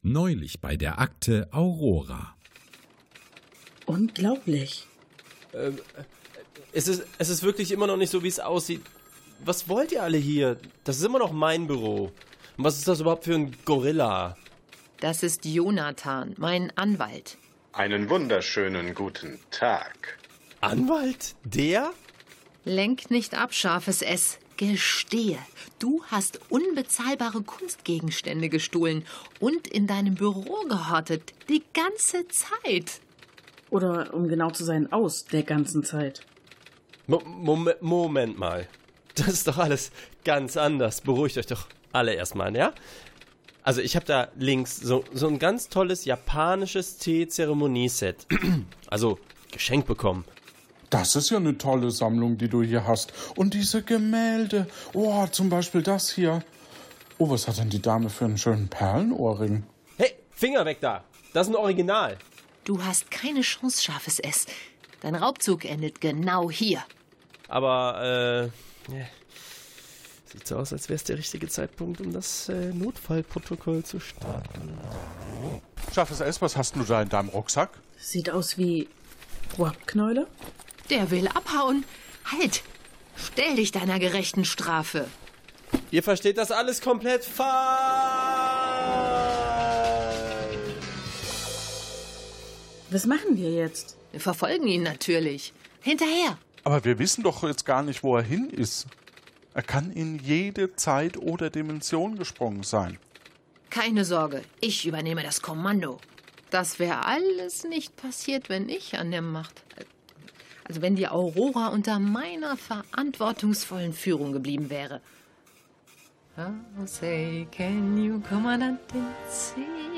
Neulich bei der Akte Aurora. Unglaublich. Es ist wirklich immer noch nicht so, wie es aussieht. Was wollt ihr alle hier? Das ist immer noch mein Büro. Und was ist das überhaupt für ein Gorilla? Das ist Jonathan, mein Anwalt. Einen wunderschönen guten Tag. Anwalt? Der? Lenk nicht ab, scharfes S. Gestehe, du hast unbezahlbare Kunstgegenstände gestohlen und in deinem Büro gehortet. Die ganze Zeit. Oder, um genau zu sein, aus der ganzen Zeit. Moment mal. Das ist doch alles ganz anders. Beruhigt euch doch alle erstmal, ja? Also ich habe da links so ein ganz tolles japanisches Tee-Zeremonieset. Also geschenkt bekommen. Das ist ja eine tolle Sammlung, die du hier hast. Und diese Gemälde. Oh, zum Beispiel das hier. Oh, was hat denn die Dame für einen schönen Perlenohrring? Hey, Finger weg da. Das ist ein Original. Du hast keine Chance, scharfes S. Dein Raubzug endet genau hier. Aber, sieht so aus, als wäre es der richtige Zeitpunkt, um das Notfallprotokoll zu starten. Scharfes S, was hast du da in deinem Rucksack? Sieht aus wie Rohrknäule? Der will abhauen. Halt! Stell dich deiner gerechten Strafe. Ihr versteht das alles komplett falsch. Was machen wir jetzt? Wir verfolgen ihn natürlich. Hinterher. Aber wir wissen doch jetzt gar nicht, wo er hin ist. Er kann in jede Zeit oder Dimension gesprungen sein. Keine Sorge, ich übernehme das Kommando. Das wäre alles nicht passiert, wenn ich an der Macht... Also wenn die Aurora unter meiner verantwortungsvollen Führung geblieben wäre. Oh, say, can you come on and see?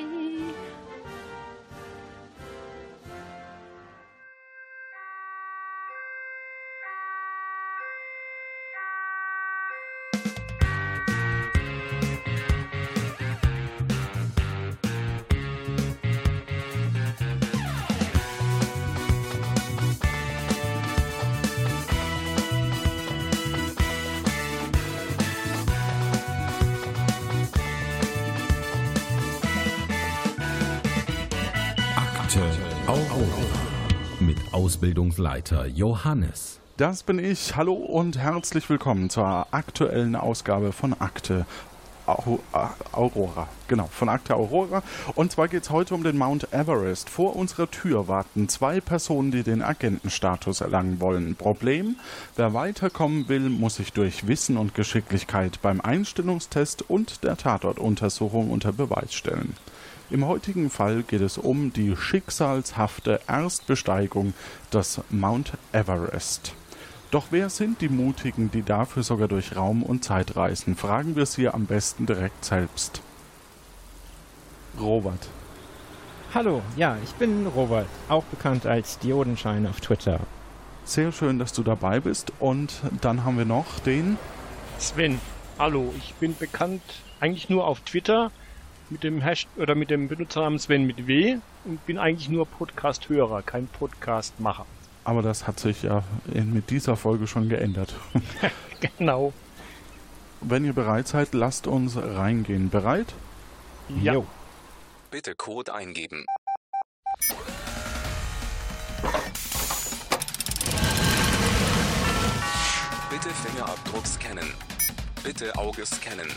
Aurora mit Ausbildungsleiter Johannes. Das bin ich. Hallo und herzlich willkommen zur aktuellen Ausgabe von Akte Aurora. Genau, von Akte Aurora. Und zwar geht es heute um den Mount Everest. Vor unserer Tür warten 2 Personen, die den Agentenstatus erlangen wollen. Problem: Wer weiterkommen will, muss sich durch Wissen und Geschicklichkeit beim Einstellungstest und der Tatortuntersuchung unter Beweis stellen. Im heutigen Fall geht es um die schicksalshafte Erstbesteigung des Mount Everest. Doch wer sind die Mutigen, die dafür sogar durch Raum und Zeit reisen? Fragen wir sie am besten direkt selbst. Robert. Hallo, ja, ich bin Robert, auch bekannt als Diodenschein auf Twitter. Sehr schön, dass du dabei bist. Und dann haben wir noch den Sven. Hallo, ich bin bekannt eigentlich nur auf Twitter mit dem mit dem Benutzernamen Sven mit W und bin eigentlich nur Podcast-Hörer, kein Podcast-Macher. Aber das hat sich ja mit dieser Folge schon geändert. Genau. Wenn ihr bereit seid, lasst uns reingehen. Bereit? Ja. Jo. Bitte Code eingeben. Bitte Fingerabdruck scannen. Bitte Auge scannen.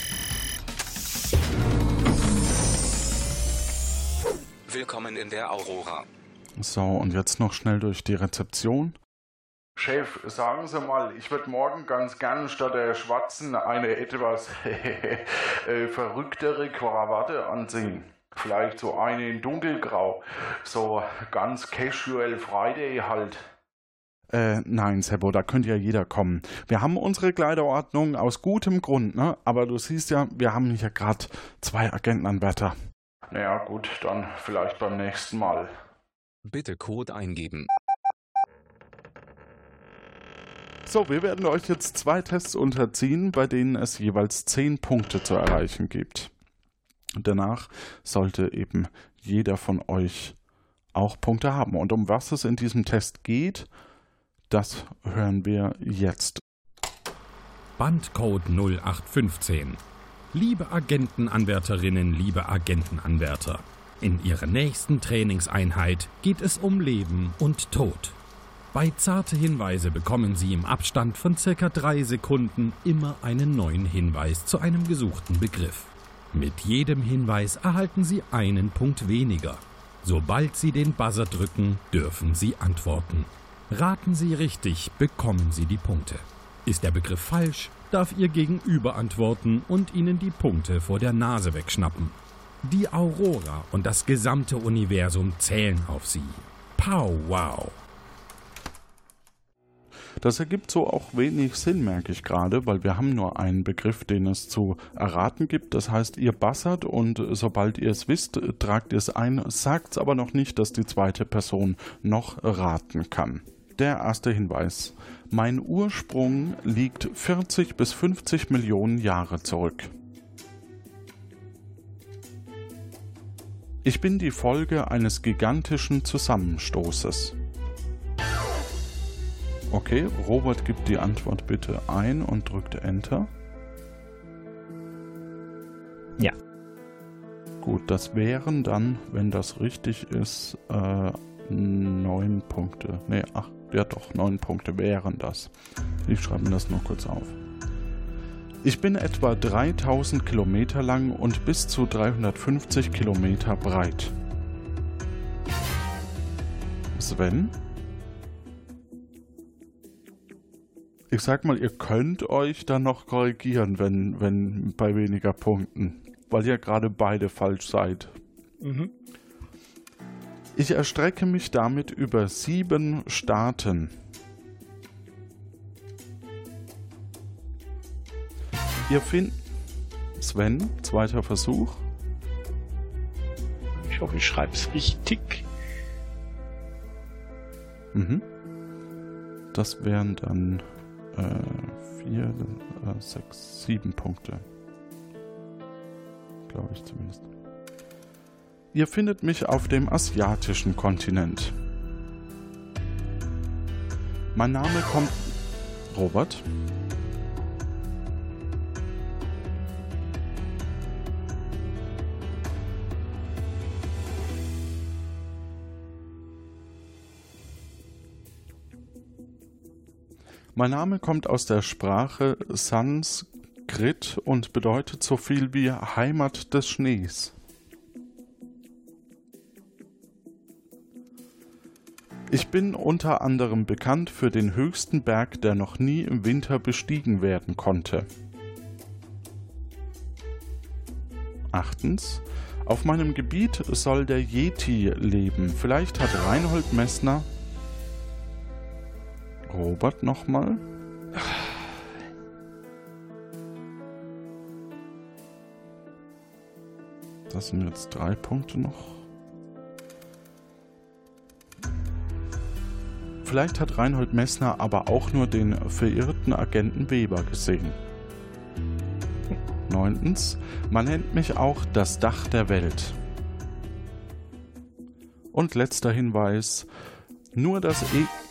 Willkommen in der Aurora. So, und jetzt noch schnell durch die Rezeption. Chef, sagen Sie mal, ich würde morgen ganz gern statt der schwarzen eine etwas verrücktere Krawatte anziehen. Vielleicht so eine in dunkelgrau. So ganz casual Friday halt. Nein, Seppo, da könnte ja jeder kommen. Wir haben unsere Kleiderordnung aus gutem Grund, ne? Aber du siehst ja, wir haben hier gerade 2 Agentenanwärter. Naja, gut, dann vielleicht beim nächsten Mal. Bitte Code eingeben. So, wir werden euch jetzt 2 Tests unterziehen, bei denen es jeweils 10 Punkte zu erreichen gibt. Danach sollte eben jeder von euch auch Punkte haben. Und um was es in diesem Test geht, das hören wir jetzt. Bandcode 0815. Liebe Agentenanwärterinnen, liebe Agentenanwärter, in Ihrer nächsten Trainingseinheit geht es um Leben und Tod. Bei Zarte Hinweise bekommen Sie im Abstand von ca. 3 Sekunden immer einen neuen Hinweis zu einem gesuchten Begriff. Mit jedem Hinweis erhalten Sie einen Punkt weniger. Sobald Sie den Buzzer drücken, dürfen Sie antworten. Raten Sie richtig, bekommen Sie die Punkte. Ist der Begriff falsch, darf Ihr Gegenüber antworten und Ihnen die Punkte vor der Nase wegschnappen. Die Aurora und das gesamte Universum zählen auf Sie. Pow wow! Das ergibt so auch wenig Sinn, merke ich gerade, weil wir haben nur einen Begriff, den es zu erraten gibt. Das heißt, ihr buzzert und sobald ihr es wisst, tragt ihr es ein, sagt es aber noch nicht, dass die zweite Person noch raten kann. Der erste Hinweis. Mein Ursprung liegt 40 bis 50 Millionen Jahre zurück. Ich bin die Folge eines gigantischen Zusammenstoßes. Okay, Robert gibt die Antwort bitte ein und drückt Enter. Ja. Gut, das wären dann, wenn das richtig ist, 9 Punkte. Ne, 9 Punkte wären das. Ich schreibe mir das nur kurz auf. Ich bin etwa 3000 Kilometer lang und bis zu 350 Kilometer breit. Sven? Ich sag mal, ihr könnt euch dann noch korrigieren, wenn bei weniger Punkten, weil ihr gerade beide falsch seid. Mhm. Ich erstrecke mich damit über 7 Staaten. Ihr findet... Sven, zweiter Versuch. Ich hoffe, ich schreibe es richtig. Mhm. Das wären dann 4, 6, 7 Punkte. Glaube ich zumindest. Ihr findet mich auf dem asiatischen Kontinent. Mein Name kommt... Robert? Mein Name kommt aus der Sprache Sanskrit und bedeutet so viel wie Heimat des Schnees. Ich bin unter anderem bekannt für den höchsten Berg, der noch nie im Winter bestiegen werden konnte. 8. Auf meinem Gebiet soll der Yeti leben. Vielleicht hat Reinhold Messner... Robert nochmal. Das sind jetzt 3 Punkte noch. Vielleicht hat Reinhold Messner aber auch nur den verirrten Agenten Weber gesehen. 9. Man nennt mich auch das Dach der Welt. Und letzter Hinweis. Nur das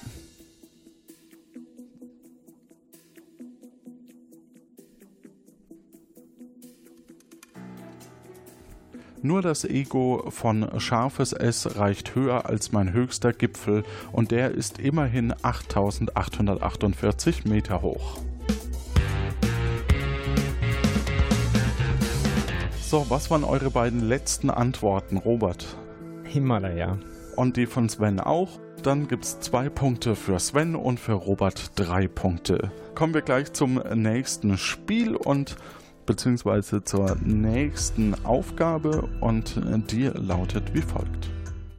Nur das Ego von scharfes S reicht höher als mein höchster Gipfel und der ist immerhin 8848 Meter hoch. So, was waren eure beiden letzten Antworten, Robert? Himalaya. Und die von Sven auch? Dann gibt es 2 Punkte für Sven und für Robert 3 Punkte. Kommen wir gleich zum nächsten Spiel und beziehungsweise zur nächsten Aufgabe und die lautet wie folgt.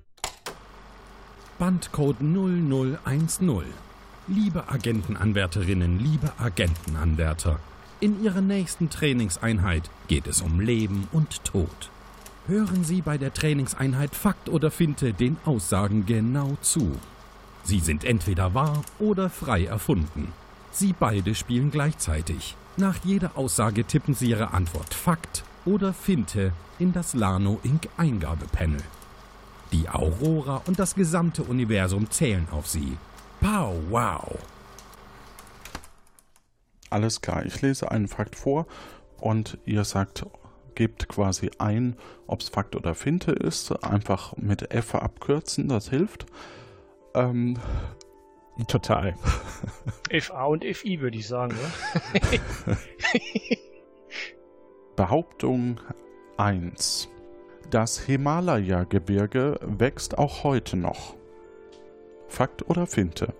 Bandcode 0010. Liebe Agentenanwärterinnen, liebe Agentenanwärter, in Ihrer nächsten Trainingseinheit geht es um Leben und Tod. Hören Sie bei der Trainingseinheit Fakt oder Finte den Aussagen genau zu. Sie sind entweder wahr oder frei erfunden. Sie beide spielen gleichzeitig. Nach jeder Aussage tippen Sie Ihre Antwort Fakt oder Finte in das Lano Inc. Eingabepanel. Die Aurora und das gesamte Universum zählen auf Sie. Pow wow! Alles klar, ich lese einen Fakt vor und ihr gebt quasi ein, ob es Fakt oder Finte ist. Einfach mit F abkürzen, das hilft. Total. FA und FI würde ich sagen, oder? Behauptung 1. Das Himalaya-Gebirge wächst auch heute noch. Fakt oder Finte?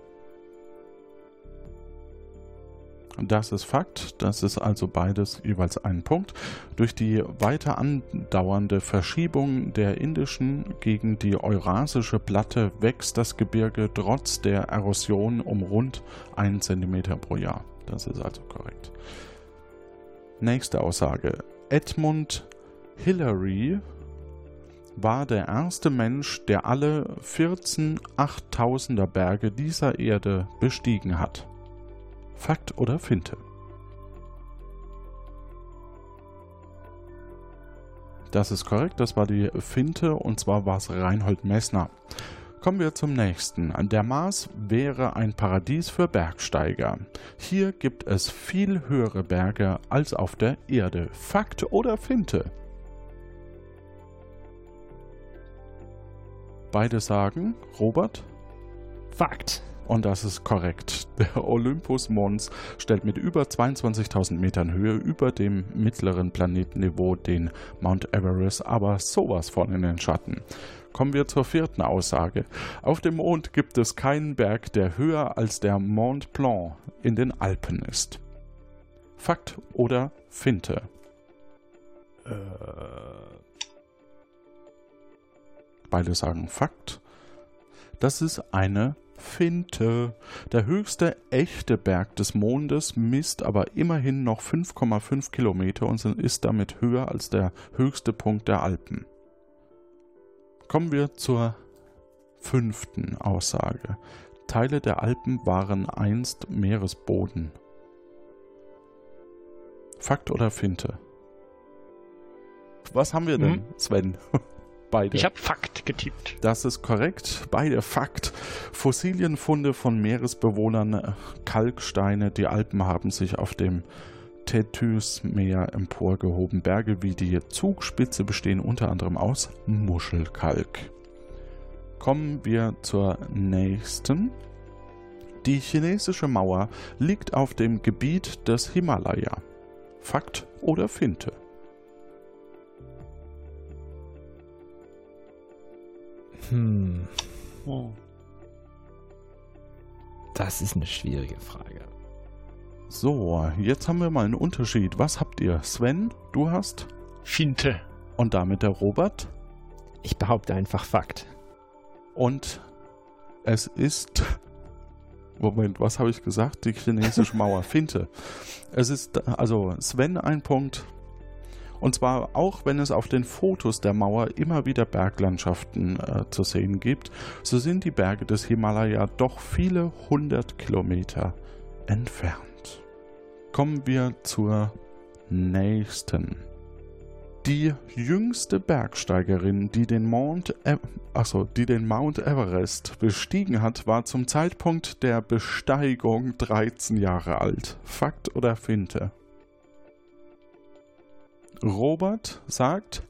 Das ist Fakt, das ist also beides jeweils ein Punkt. Durch die weiter andauernde Verschiebung der indischen gegen die eurasische Platte wächst das Gebirge trotz der Erosion um rund 1 cm pro Jahr. Das ist also korrekt. Nächste Aussage. Edmund Hillary war der erste Mensch, der alle 14 8000er Berge dieser Erde bestiegen hat. Fakt oder Finte? Das ist korrekt, das war die Finte und zwar war es Reinhold Messner. Kommen wir zum nächsten. Der Mars wäre ein Paradies für Bergsteiger. Hier gibt es viel höhere Berge als auf der Erde. Fakt oder Finte? Beide sagen, Robert? Fakt. Und das ist korrekt. Der Olympus Mons stellt mit über 22.000 Metern Höhe über dem mittleren Planetenniveau den Mount Everest aber sowas von in den Schatten. Kommen wir zur vierten Aussage. Auf dem Mond gibt es keinen Berg, der höher als der Mont Blanc in den Alpen ist. Fakt oder Finte? Beide sagen Fakt. Das ist eine Finte. Der höchste echte Berg des Mondes misst aber immerhin noch 5,5 Kilometer und ist damit höher als der höchste Punkt der Alpen. Kommen wir zur fünften Aussage. Teile der Alpen waren einst Meeresboden. Fakt oder Finte? Was haben wir denn, Sven? Beide. Ich habe Fakt getippt. Das ist korrekt. Beide Fakt. Fossilienfunde von Meeresbewohnern, Kalksteine. Die Alpen haben sich auf dem Tethys-Meer emporgehoben. Berge wie die Zugspitze bestehen unter anderem aus Muschelkalk. Kommen wir zur nächsten. Die chinesische Mauer liegt auf dem Gebiet des Himalaya. Fakt oder Finte? Das ist eine schwierige Frage. So, jetzt haben wir mal einen Unterschied. Was habt ihr? Sven, du hast? Finte. Und damit der Robert? Ich behaupte einfach Fakt. Und es ist... Moment, was habe ich gesagt? Die chinesische Mauer. Finte. Es ist also Sven ein Punkt. Und zwar auch, wenn es auf den Fotos der Mauer immer wieder Berglandschaften zu sehen gibt, so sind die Berge des Himalaya doch viele 100 Kilometer entfernt. Kommen wir zur nächsten. Die jüngste Bergsteigerin, die den Mount Everest bestiegen hat, war zum Zeitpunkt der Besteigung 13 Jahre alt. Fakt oder Finte? Robert sagt?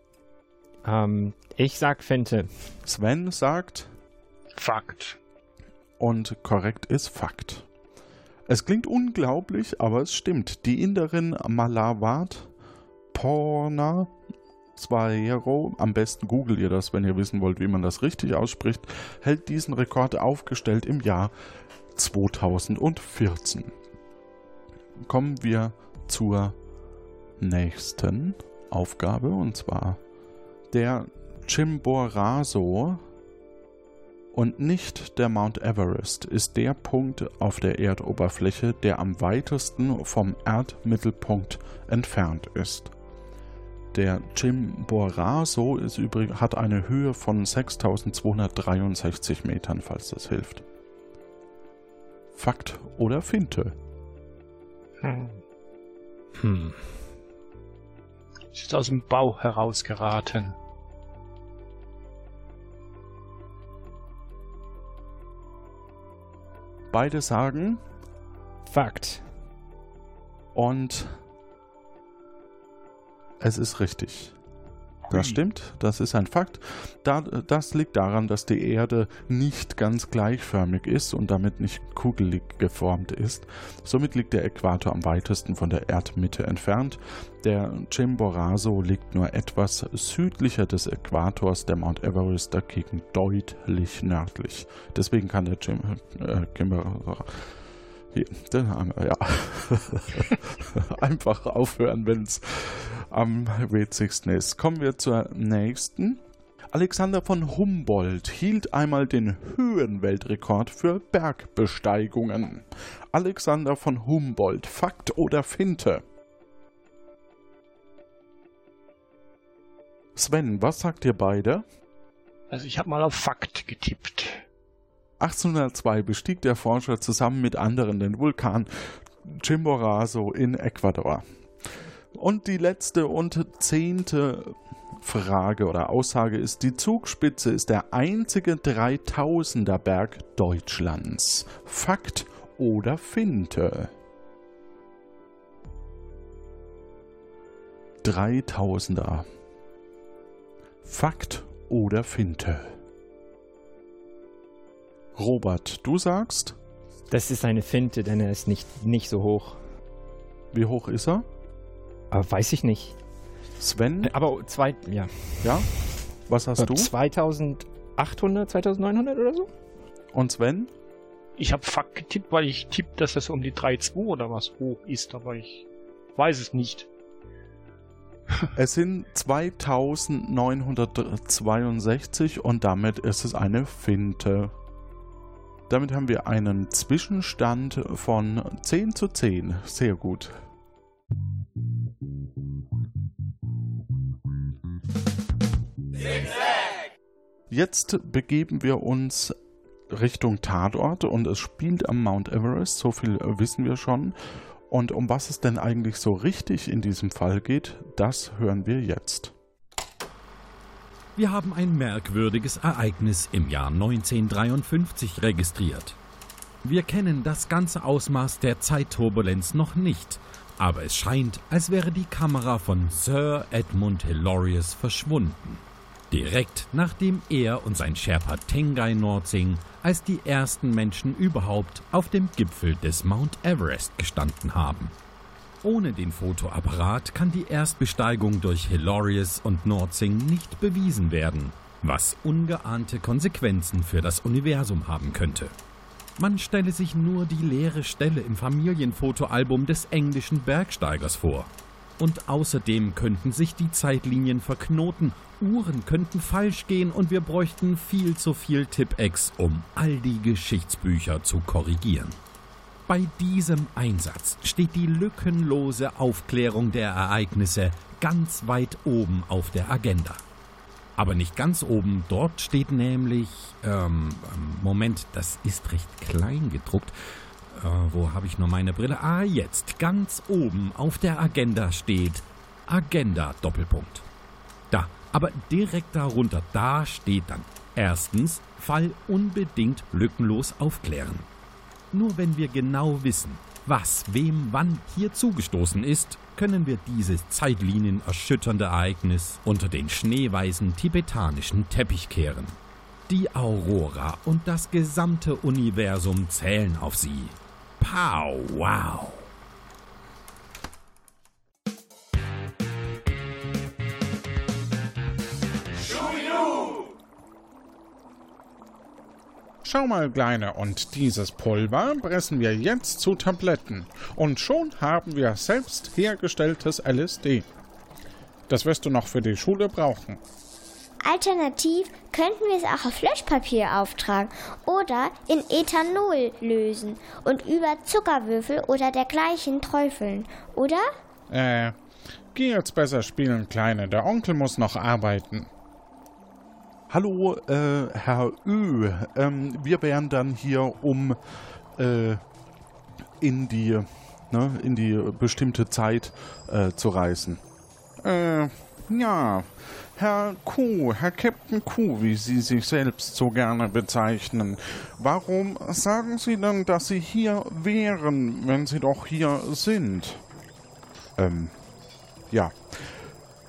Ich sag Finte. Sven sagt? Fakt. Und korrekt ist Fakt. Es klingt unglaublich, aber es stimmt. Die Inderin Malawat Porna Swaero, am besten googelt ihr das, wenn ihr wissen wollt, wie man das richtig ausspricht, hält diesen Rekord aufgestellt im Jahr 2014. Kommen wir zur nächsten Aufgabe, und zwar der Chimborazo und nicht der Mount Everest ist der Punkt auf der Erdoberfläche, der am weitesten vom Erdmittelpunkt entfernt ist. Der Chimborazo hat eine Höhe von 6.263 Metern, falls das hilft. Fakt oder Finte? Ist aus dem Bauch herausgeraten. Beide sagen Fakt. und Es ist richtig. Das stimmt, das ist ein Fakt. Das liegt daran, dass die Erde nicht ganz gleichförmig ist und damit nicht kugelig geformt ist. Somit liegt der Äquator am weitesten von der Erdmitte entfernt. Der Chimborazo liegt nur etwas südlicher des Äquators, der Mount Everest dagegen deutlich nördlich. Deswegen kann der Chimborazo... Ja. Einfach aufhören, wenn es am witzigsten ist. Kommen wir zur nächsten. Alexander von Humboldt hielt einmal den Höhenweltrekord für Bergbesteigungen. Alexander von Humboldt, Fakt oder Finte? Sven, was sagt ihr beide? Also ich habe mal auf Fakt getippt. 1802 bestieg der Forscher zusammen mit anderen den Vulkan Chimborazo in Ecuador. Und die letzte und 10. Frage oder Aussage ist, die Zugspitze ist der einzige 3000er Berg Deutschlands. Fakt oder Finte? 3000er. Fakt oder Finte? Robert, du sagst? Das ist eine Finte, denn er ist nicht so hoch. Wie hoch ist er? Aber weiß ich nicht. Sven? Aber ja. Ja? Was hast du? 2800, 2900 oder so? Und Sven? Ich habe Fakt getippt, weil ich tippe, dass das um die 3,2 oder was hoch ist, aber ich weiß es nicht. Es sind 2962 und damit ist es eine Finte. Damit haben wir einen Zwischenstand von 10:10. Sehr gut. Jetzt begeben wir uns Richtung Tatort und es spielt am Mount Everest, so viel wissen wir schon. Und um was es denn eigentlich so richtig in diesem Fall geht, das hören wir jetzt. Wir haben ein merkwürdiges Ereignis im Jahr 1953 registriert. Wir kennen das ganze Ausmaß der Zeitturbulenz noch nicht, aber es scheint, als wäre die Kamera von Sir Edmund Hillarius verschwunden. Direkt nachdem er und sein Sherpa Tengai Nordsing als die ersten Menschen überhaupt auf dem Gipfel des Mount Everest gestanden haben. Ohne den Fotoapparat kann die Erstbesteigung durch Hillarius und Nordsing nicht bewiesen werden, was ungeahnte Konsequenzen für das Universum haben könnte. Man stelle sich nur die leere Stelle im Familienfotoalbum des englischen Bergsteigers vor. Und außerdem könnten sich die Zeitlinien verknoten, Uhren könnten falsch gehen und wir bräuchten viel zu viel Tipp-Ex, um all die Geschichtsbücher zu korrigieren. Bei diesem Einsatz steht die lückenlose Aufklärung der Ereignisse ganz weit oben auf der Agenda. Aber nicht ganz oben, dort steht nämlich, Moment, das ist recht klein gedruckt. Wo habe ich nur meine Brille? Ah, jetzt, ganz oben auf der Agenda steht Agenda Doppelpunkt. Da, aber direkt darunter, da steht dann erstens, Fall unbedingt lückenlos aufklären. Nur wenn wir genau wissen, was wem wann hier zugestoßen ist, können wir dieses zeitlinienerschütternde Ereignis unter den schneeweißen tibetanischen Teppich kehren. Die Aurora und das gesamte Universum zählen auf sie. Pow, wow! Schau mal, Kleine, und dieses Pulver pressen wir jetzt zu Tabletten. Und schon haben wir selbst hergestelltes LSD. Das wirst du noch für die Schule brauchen. Alternativ könnten wir es auch auf Löschpapier auftragen oder in Ethanol lösen und über Zuckerwürfel oder dergleichen träufeln, oder? Geh jetzt besser spielen, Kleine. Der Onkel muss noch arbeiten. Hallo, Herr Ö. Wir wären dann hier, um in die bestimmte Zeit zu reisen. Ja, Herr Q, Herr Captain Q, wie Sie sich selbst so gerne bezeichnen. Warum sagen Sie denn, dass Sie hier wären, wenn Sie doch hier sind? Ja.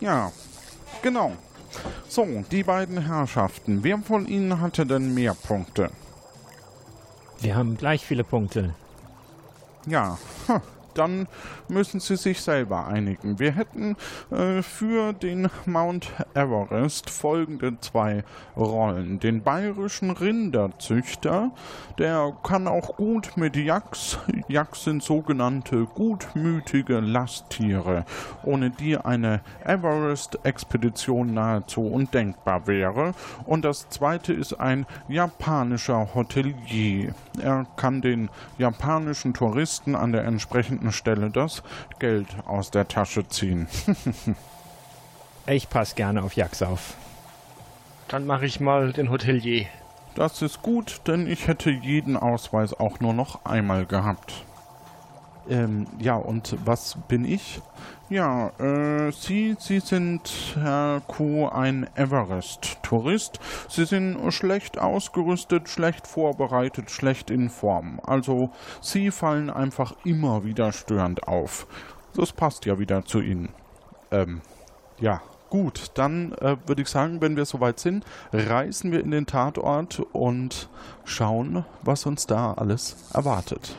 Ja, genau. So, die beiden Herrschaften. Wer von Ihnen hatte denn mehr Punkte? Wir haben gleich viele Punkte. Ja, dann müssen Sie sich selber einigen. Wir hätten für den Mount Everest folgende 2 Rollen. Den bayerischen Rinderzüchter, der kann auch gut mit Yaks. Yaks sind sogenannte gutmütige Lasttiere, ohne die eine Everest-Expedition nahezu undenkbar wäre. Und das zweite ist ein japanischer Hotelier. Er kann den japanischen Touristen an der entsprechenden Stelle das Geld aus der Tasche ziehen. Ich passe gerne auf Jax auf. Dann mache ich mal den Hotelier. Das ist gut, denn ich hätte jeden Ausweis auch nur noch einmal gehabt. Ja, und was bin ich? Ja, Sie sind, Herr Q, ein Everest-Tourist. Sie sind schlecht ausgerüstet, schlecht vorbereitet, schlecht in Form. Also, Sie fallen einfach immer wieder störend auf. Das passt ja wieder zu Ihnen. Ja, gut, dann würde ich sagen, wenn wir soweit sind, reisen wir in den Tatort und schauen, was uns da alles erwartet.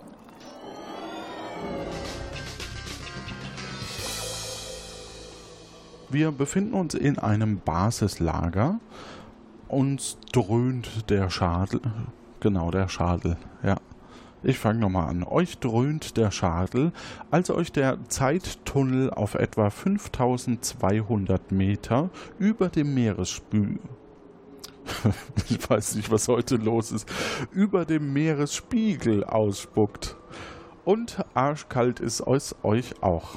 Wir befinden uns in einem Basislager. Uns dröhnt der Schadel. Genau, der Schadel. Ja. Ich fange nochmal an. Euch dröhnt der Schadel, als euch der Zeittunnel auf etwa 5200 Meter über dem Meeresspiegel. Ich weiß nicht, was heute los ist. Über dem Meeresspiegel ausspuckt. Und arschkalt ist es euch auch.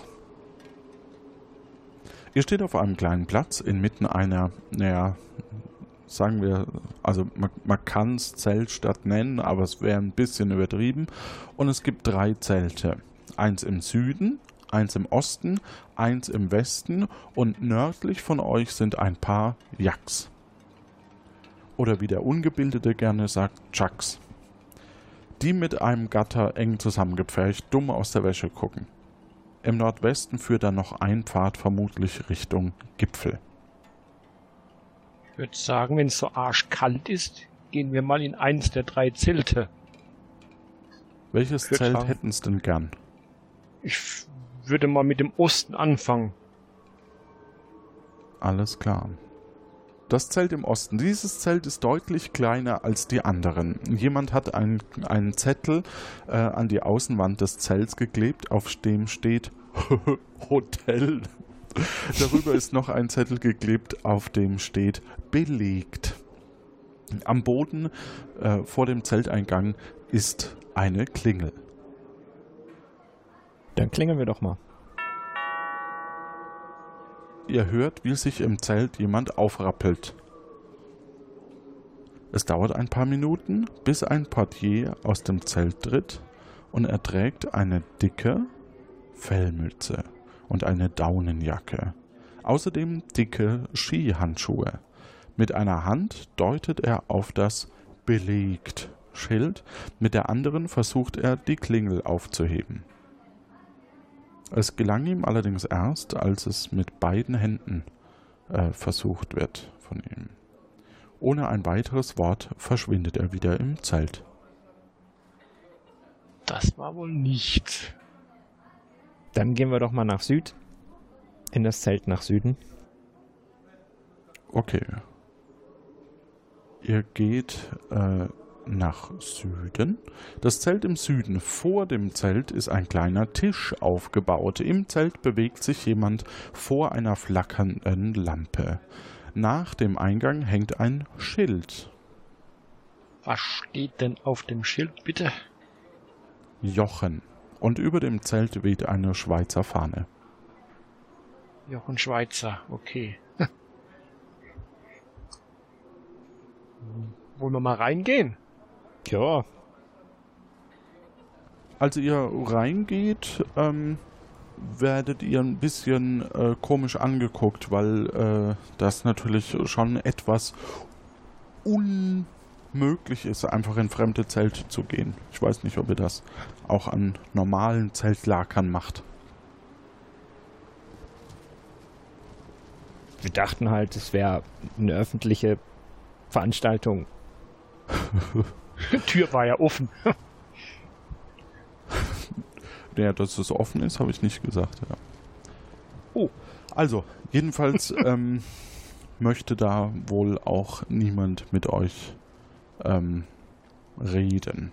Ihr steht auf einem kleinen Platz inmitten einer, naja, sagen wir, also man kann es Zeltstadt nennen, aber es wäre ein bisschen übertrieben. Und es gibt 3 Zelte. Eins im Süden, eins im Osten, eins im Westen und nördlich von euch sind ein paar Yaks. Oder wie der Ungebildete gerne sagt, Chucks. Die mit einem Gatter eng zusammengepfercht dumm aus der Wäsche gucken. Im Nordwesten führt dann noch ein Pfad vermutlich Richtung Gipfel. Ich würde sagen, wenn es so arschkalt ist, gehen wir mal in eins der 3 Zelte. Welches Zelt hätten Sie denn gern? Ich würde mal mit dem Osten anfangen. Alles klar. Das Zelt im Osten. Dieses Zelt ist deutlich kleiner als die anderen. Jemand hat einen Zettel an die Außenwand des Zelts geklebt, auf dem steht Hotel. Darüber ist noch ein Zettel geklebt, auf dem steht belegt. Am Boden vor dem Zelteingang ist eine Klingel. Dann klingeln wir doch mal. Ihr hört, wie sich im Zelt jemand aufrappelt. Es dauert ein paar Minuten, bis ein Portier aus dem Zelt tritt und er trägt eine dicke Fellmütze und eine Daunenjacke. Außerdem dicke Skihandschuhe. Mit einer Hand deutet er auf das Belegt-Schild, mit der anderen versucht er, die Klingel aufzuheben. Es gelang ihm allerdings erst, als es mit beiden Händen versucht wird von ihm. Ohne ein weiteres Wort verschwindet er wieder im Zelt. Das war wohl nichts. Dann gehen wir doch mal nach Süd. In das Zelt nach Süden. Okay. Ihr geht nach Süden. Das Zelt im Süden. Vor dem Zelt ist ein kleiner Tisch aufgebaut. Im Zelt bewegt sich jemand vor einer flackernden Lampe. Nach dem Eingang hängt ein Schild. Was steht denn auf dem Schild, bitte? Jochen. Und über dem Zelt weht eine Schweizer Fahne. Jochen Schweizer, okay. Wollen wir mal reingehen? Ja. Als ihr reingeht, werdet ihr ein bisschen komisch angeguckt, weil das natürlich schon etwas unmöglich ist, einfach in fremde Zelte zu gehen. Ich weiß nicht, ob ihr das auch an normalen Zeltlagern macht. Wir dachten halt, es wäre eine öffentliche Veranstaltung. Die Tür war ja offen. Ja, dass es offen ist, habe ich nicht gesagt. Ja. Oh. Also, jedenfalls möchte da wohl auch niemand mit euch reden.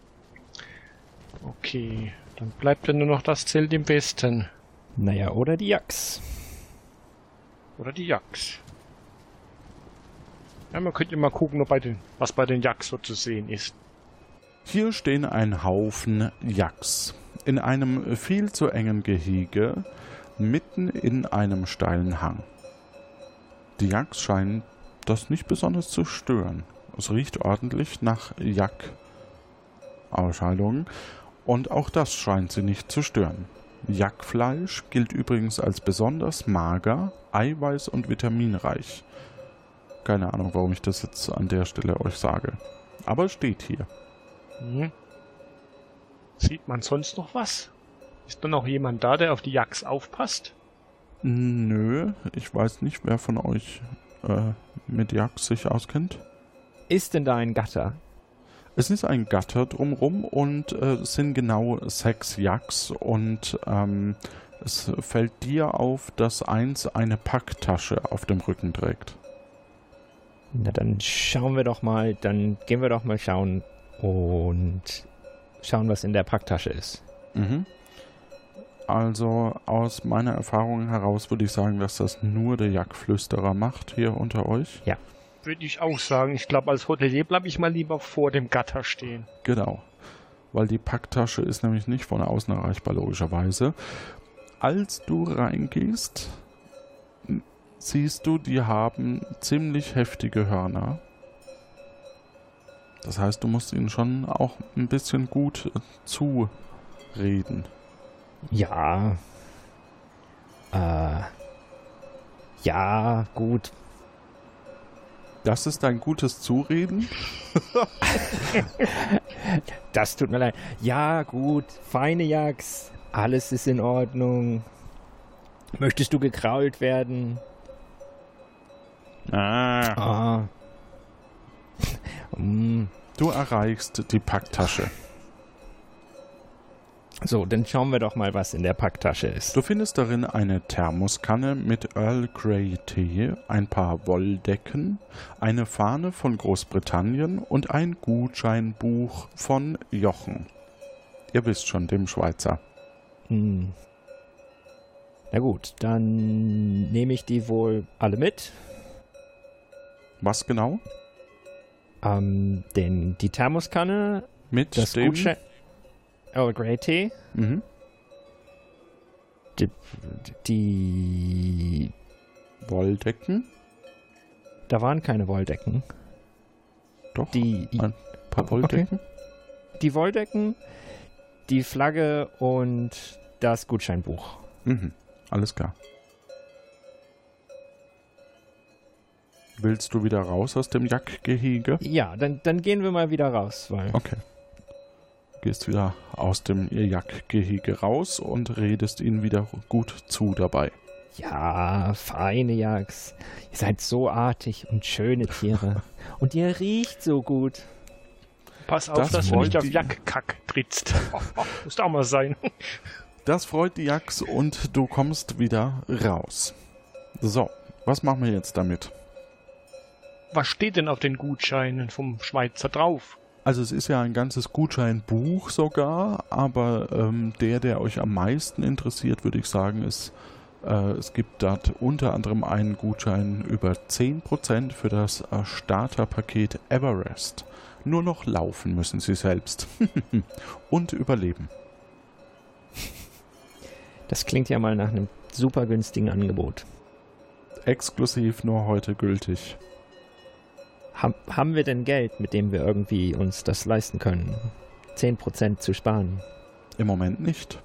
Okay, dann bleibt ja nur noch das Zelt im Westen. Naja, oder die Yaks. Oder die Yaks. Ja, man könnte mal gucken, was bei den Yaks so zu sehen ist. Hier stehen ein Haufen Yaks in einem viel zu engen Gehege, mitten in einem steilen Hang. Die Yaks scheinen das nicht besonders zu stören. Es riecht ordentlich nach Yak-Ausscheidungen und auch das scheint sie nicht zu stören. Yakfleisch gilt übrigens als besonders mager, eiweiß- und vitaminreich. Keine Ahnung, warum ich das jetzt an der Stelle euch sage. Aber es steht hier. Sieht man sonst noch was? Ist da noch jemand da, der auf die Yaks aufpasst? Nö, ich weiß nicht, wer von euch mit Yaks sich auskennt. Ist denn da ein Gatter? Es ist ein Gatter drumrum und es sind genau 6 Yaks und es fällt dir auf, dass eins eine Packtasche auf dem Rücken trägt. Na, dann schauen wir doch mal, dann gehen wir doch mal schauen und schauen, was in der Packtasche ist. Mhm. Also aus meiner Erfahrung heraus würde ich sagen, dass das nur der Yak-Flüsterer macht hier unter euch. Ja. Würde ich auch sagen. Ich glaube, als Hotelier bleibe ich mal lieber vor dem Gatter stehen. Genau. Weil die Packtasche ist nämlich nicht von außen erreichbar, logischerweise. Als du reingehst, siehst du, die haben ziemlich heftige Hörner. Das heißt, du musst ihnen schon auch ein bisschen gut zureden. Ja. Ja, gut. Das ist ein gutes Zureden? Das tut mir leid. Ja, gut. Feine Yaks. Alles ist in Ordnung. Möchtest du gekrault werden? Du erreichst die Packtasche. So, dann schauen wir doch mal, was in der Packtasche ist. Du findest darin eine Thermoskanne mit Earl Grey Tee, ein paar Wolldecken, eine Fahne von Großbritannien und ein Gutscheinbuch von Jochen. Ihr wisst schon, dem Schweizer. Na gut, dann nehme ich die wohl alle mit. Was genau? Die Thermoskanne, mit das dem Gutschein... Earl Grey Tee. Mhm. Die Wolldecken? Da waren keine Wolldecken. Doch, ein paar Wolldecken. Okay. Die Wolldecken, die Flagge und das Gutscheinbuch. Mhm. Alles klar. Willst du wieder raus aus dem Jackgehege? Ja, dann gehen wir mal wieder raus. Okay. Gehst wieder aus dem Jackgehege raus und redest ihnen wieder gut zu dabei. Ja, feine Yaks. Ihr seid so artig und schöne Tiere. Und ihr riecht so gut. Pass auf, dass du nicht auf Jackkack trittst. Muss auch mal sein. Das freut die Yaks und du kommst wieder raus. So, was machen wir jetzt damit? Was steht denn auf den Gutscheinen vom Schweizer drauf? Also es ist ja ein ganzes Gutscheinbuch sogar, aber der euch am meisten interessiert, würde ich sagen, ist, es gibt dort unter anderem einen Gutschein über 10% für das Starterpaket Everest. Nur noch laufen müssen sie selbst. Und überleben. Das klingt ja mal nach einem super günstigen Angebot. Exklusiv nur heute gültig. Haben wir denn Geld, mit dem wir irgendwie uns das leisten können? 10% zu sparen? Im Moment nicht.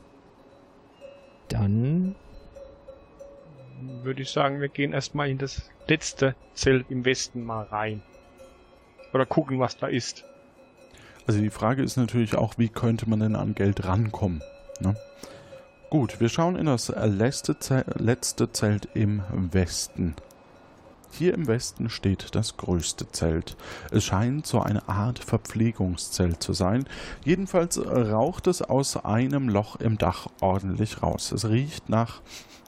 Dann würde ich sagen, wir gehen erstmal in das letzte Zelt im Westen mal rein. Oder gucken, was da ist. Also die Frage ist natürlich auch, wie könnte man denn an Geld rankommen? Ne? Gut, wir schauen in das letzte Zelt im Westen Hier im Westen steht das größte Zelt. Es scheint so eine Art Verpflegungszelt zu sein. Jedenfalls raucht es aus einem Loch im Dach ordentlich raus. Es riecht nach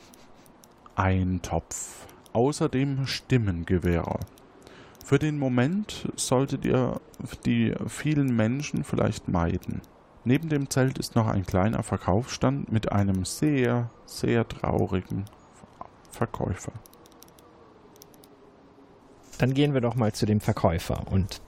Eintopf. Außerdem Stimmengewirr. Für den Moment solltet ihr die vielen Menschen vielleicht meiden. Neben dem Zelt ist noch ein kleiner Verkaufsstand mit einem sehr, sehr traurigen Verkäufer. Dann gehen wir doch mal zu dem Verkäufer und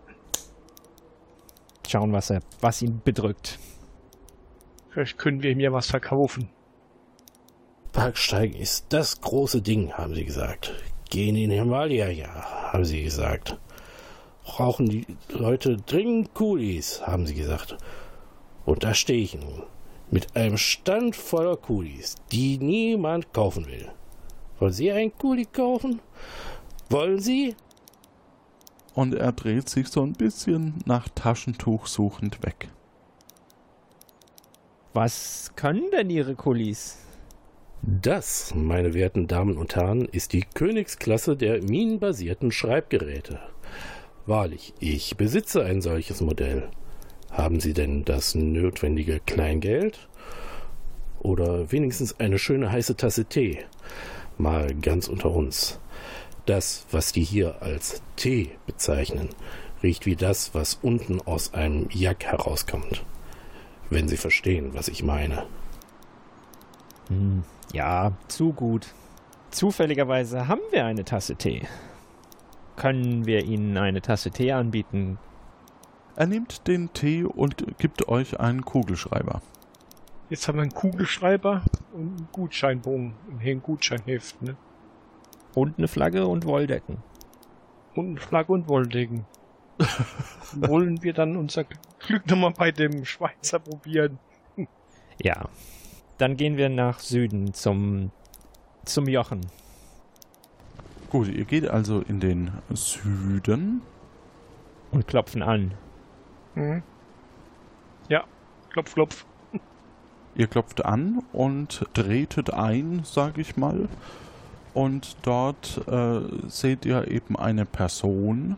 schauen, was ihn bedrückt. Vielleicht können wir ihm ja was verkaufen. Parksteigen ist das große Ding, haben sie gesagt. Gehen in den Himalaya, haben sie gesagt. Brauchen die Leute dringend Kulis, haben sie gesagt. Und da stehe ich nun, mit einem Stand voller Kulis, die niemand kaufen will. Wollen Sie einen Kuli kaufen? Wollen Sie? Und er dreht sich so ein bisschen nach Taschentuch suchend weg. Was können denn Ihre Kulis? Das, meine werten Damen und Herren, ist die Königsklasse der minenbasierten Schreibgeräte. Wahrlich, ich besitze ein solches Modell. Haben Sie denn das notwendige Kleingeld? Oder wenigstens eine schöne heiße Tasse Tee? Mal ganz unter uns. Das, was die hier als Tee bezeichnen, riecht wie das, was unten aus einem Jack herauskommt. Wenn Sie verstehen, was ich meine. Ja, zu gut. Zufälligerweise haben wir eine Tasse Tee. Können wir Ihnen eine Tasse Tee anbieten? Er nimmt den Tee und gibt euch einen Kugelschreiber. Jetzt haben wir einen Kugelschreiber und einen Gutscheinbogen, ein Gutscheinheft, ne? Und eine Flagge und Wolldecken. Und eine Flagge und Wolldecken. Wollen wir dann unser Glück nochmal bei dem Schweizer probieren? Ja. Dann gehen wir nach Süden zum Jochen. Gut, ihr geht also in den Süden. Und klopfen an. Ja, klopf, klopf. Ihr klopft an und tretet ein, sag ich mal. Und dort seht ihr eben eine Person,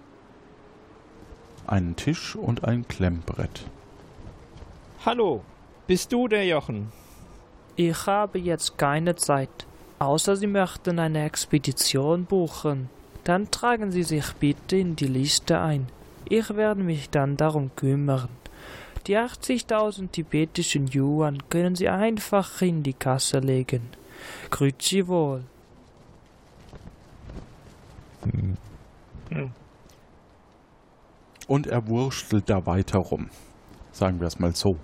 einen Tisch und ein Klemmbrett. Hallo, bist du der Jochen? Ich habe jetzt keine Zeit, außer Sie möchten eine Expedition buchen. Dann tragen Sie sich bitte in die Liste ein. Ich werde mich dann darum kümmern. Die 80.000 tibetischen Yuan können Sie einfach in die Kasse legen. Grüezi wohl. Und er wurstelt da weiter rum. Sagen wir es mal so.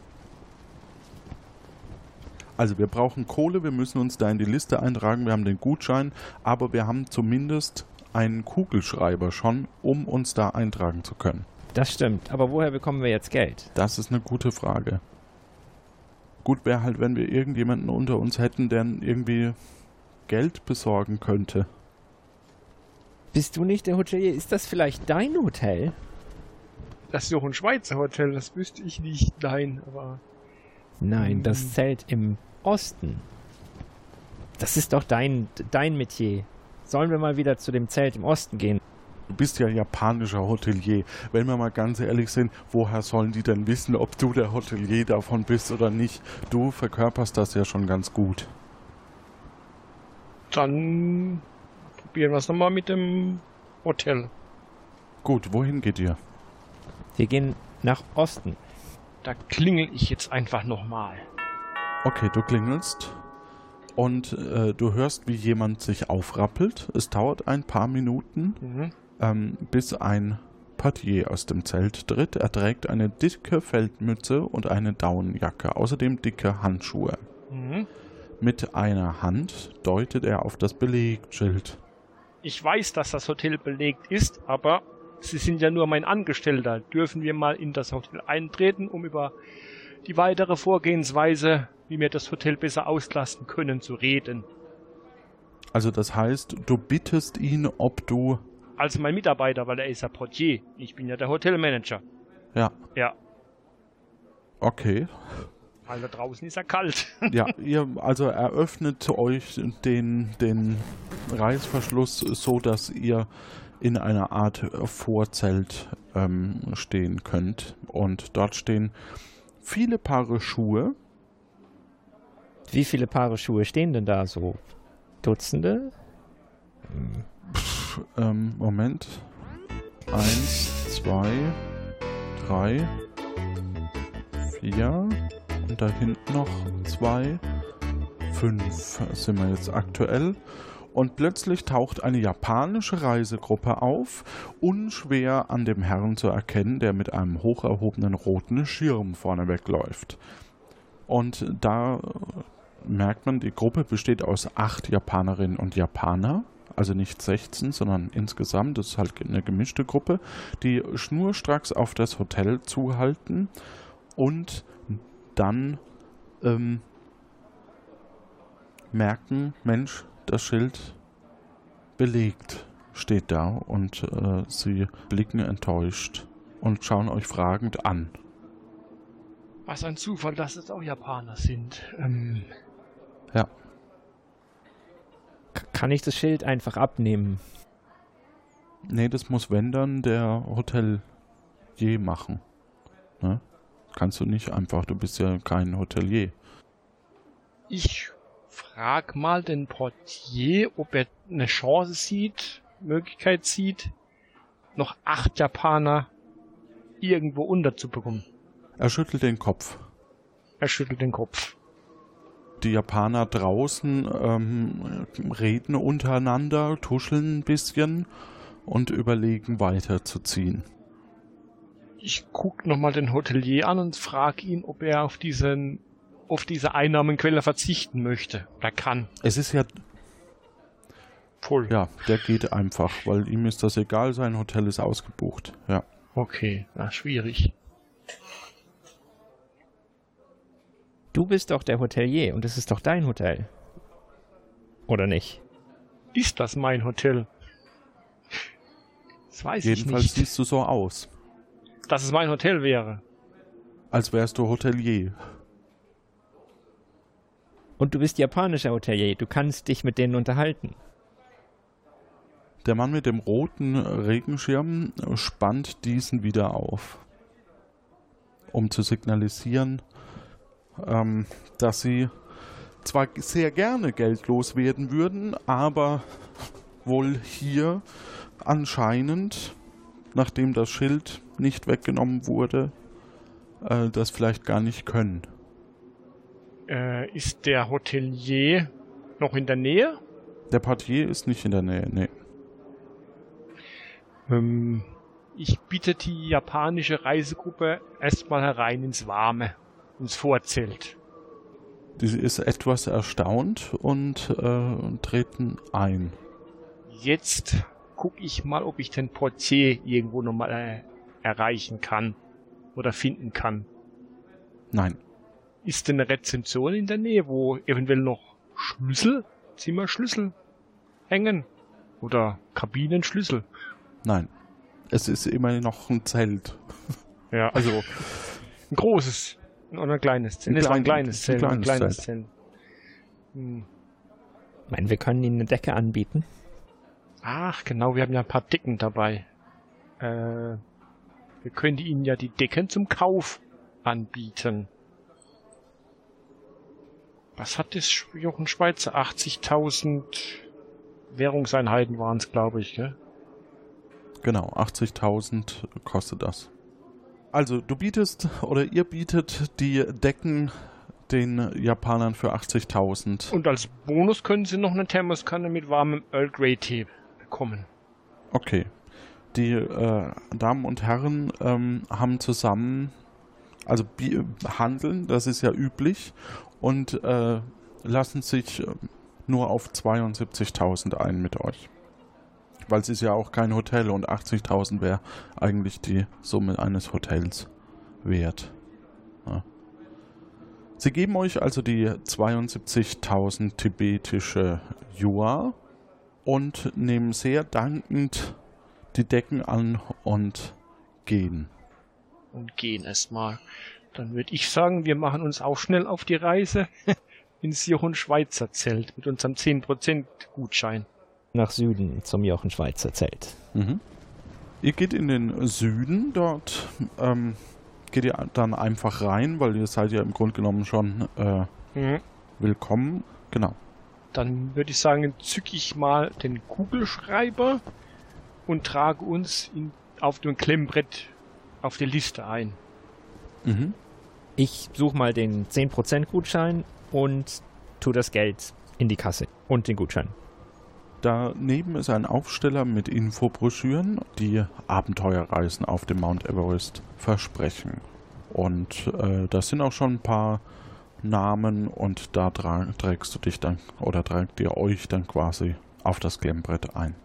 Also wir brauchen Kohle, wir müssen uns da in die Liste eintragen, wir haben den Gutschein, aber wir haben zumindest einen Kugelschreiber schon, um uns da eintragen zu können. Das stimmt, aber woher bekommen wir jetzt Geld? Das ist eine gute Frage. Gut wäre halt, wenn wir irgendjemanden unter uns hätten, der irgendwie Geld besorgen könnte. Bist du nicht der Hotelier? Ist das vielleicht dein Hotel? Das ist doch ein Schweizer Hotel, das wüsste ich nicht. Nein, aber... Nein, das Zelt im Osten. Das ist doch dein Metier. Sollen wir mal wieder zu dem Zelt im Osten gehen? Du bist ja japanischer Hotelier. Wenn wir mal ganz ehrlich sind, woher sollen die denn wissen, ob du der Hotelier davon bist oder nicht? Du verkörperst das ja schon ganz gut. Dann probieren wir es nochmal mit dem Hotel. Gut, wohin geht ihr? Wir gehen nach Osten. Da klingel ich jetzt einfach nochmal. Okay, du klingelst und du hörst, wie jemand sich aufrappelt. Es dauert ein paar Minuten, bis ein Portier aus dem Zelt tritt. Er trägt eine dicke Feldmütze und eine Daunenjacke, außerdem dicke Handschuhe. Mit einer Hand deutet er auf das Belegschild. Ich weiß, dass das Hotel belegt ist, aber Sie sind ja nur mein Angestellter. Dürfen wir mal in das Hotel eintreten, um über die weitere Vorgehensweise, wie wir das Hotel besser auslasten können, zu reden? Also das heißt, du bittest ihn, ob du... Also mein Mitarbeiter, weil er ist ja Portier. Ich bin ja der Hotelmanager. Ja. Ja. Okay. Weil da draußen ist ja kalt. Ja, ihr also eröffnet euch den Reißverschluss, so dass ihr in einer Art Vorzelt stehen könnt. Und dort stehen viele Paare Schuhe. Wie viele Paare Schuhe stehen denn da so? Dutzende? Moment. 1, 2, 3, 4 und da hinten noch 2, 5 sind wir jetzt aktuell. Und plötzlich taucht eine japanische Reisegruppe auf, unschwer an dem Herrn zu erkennen, der mit einem hoch erhobenen roten Schirm vorne wegläuft. Und da merkt man, die Gruppe besteht aus 8 Japanerinnen und Japaner. Also nicht 16, sondern insgesamt, das ist halt eine gemischte Gruppe, die schnurstracks auf das Hotel zuhalten und dann merken, Mensch, das Schild belegt steht da und sie blicken enttäuscht und schauen euch fragend an. Was ein Zufall, dass es auch Japaner sind. Ja. Kann ich das Schild einfach abnehmen? Nee, das muss, wenn dann, der Hotelier machen. Ne? Kannst du nicht einfach, du bist ja kein Hotelier. Ich frag mal den Portier, ob er eine Chance sieht, Möglichkeit sieht, noch 8 Japaner irgendwo unterzubekommen. Er schüttelt den Kopf. Er schüttelt den Kopf. Die Japaner draußen reden untereinander, tuscheln ein bisschen und überlegen weiterzuziehen. Ich guck nochmal den Hotelier an und frage ihn, ob er auf diese Einnahmenquelle verzichten möchte oder kann. Es ist ja voll. Ja, der geht einfach, weil ihm ist das egal, sein Hotel ist ausgebucht. Ja. Okay, na, schwierig. Du bist doch der Hotelier und es ist doch dein Hotel. Oder nicht? Ist das mein Hotel? Das weiß ich nicht. Jedenfalls siehst du so aus. Dass es mein Hotel wäre. Als wärst du Hotelier. Und du bist japanischer Hotelier. Du kannst dich mit denen unterhalten. Der Mann mit dem roten Regenschirm spannt diesen wieder auf, um zu signalisieren, dass sie zwar sehr gerne geldlos werden würden, aber wohl hier anscheinend, nachdem das Schild nicht weggenommen wurde, das vielleicht gar nicht können. Ist der Hotelier noch in der Nähe? Der Portier ist nicht in der Nähe, nee. Ich bitte die japanische Reisegruppe erstmal herein ins Warme, ins Vorzelt. Die ist etwas erstaunt und treten ein. Jetzt gucke ich mal, ob ich den Portier irgendwo nochmal erreichen kann oder finden kann. Nein. Ist denn eine Rezeption in der Nähe, wo eventuell noch Zimmerschlüssel hängen? Oder Kabinenschlüssel? Nein. Es ist immer noch ein Zelt. Ja. Also ein großes oder ein kleines Zelt. Ein kleines Zelt. Ich meine, wir können Ihnen eine Decke anbieten. Ach, genau, wir haben ja ein paar Decken dabei. Wir können Ihnen ja die Decken zum Kauf anbieten. Was hat das Jochen Schweizer? 80.000 Währungseinheiten waren es, glaube ich, gell? Genau, 80.000 kostet das. Also, du bietest oder ihr bietet die Decken den Japanern für 80.000. Und als Bonus können sie noch eine Thermoskanne mit warmem Earl Grey Tee bekommen. Okay. Die Damen und Herren haben zusammen, also handeln, das ist ja üblich, und lassen sich nur auf 72.000 ein mit euch. Weil es ist ja auch kein Hotel und 80.000 wäre eigentlich die Summe eines Hotels wert. Ja. Sie geben euch also die 72.000 tibetische Yuan und nehmen sehr dankend die Decken an und gehen. Und gehen erstmal. Dann würde ich sagen, wir machen uns auch schnell auf die Reise ins Jochen-Schweizer Zelt mit unserem 10% Gutschein. Nach Süden zum Jochen-Schweizer Zelt. Mhm. Ihr geht in den Süden, dort geht ihr dann einfach rein, weil ihr seid ja im Grunde genommen schon willkommen. Genau. Dann würde ich sagen, zücke ich mal den Kugelschreiber und trage uns auf dem Klemmbrett auf die Liste ein. Mhm. Ich suche mal den 10% Gutschein und tue das Geld in die Kasse und den Gutschein. Daneben ist ein Aufsteller mit Infobroschüren, die Abenteuerreisen auf dem Mount Everest versprechen. Und da sind auch schon ein paar Namen und da trägst du dich dann oder tragt ihr euch dann quasi auf das Klemmbrett ein.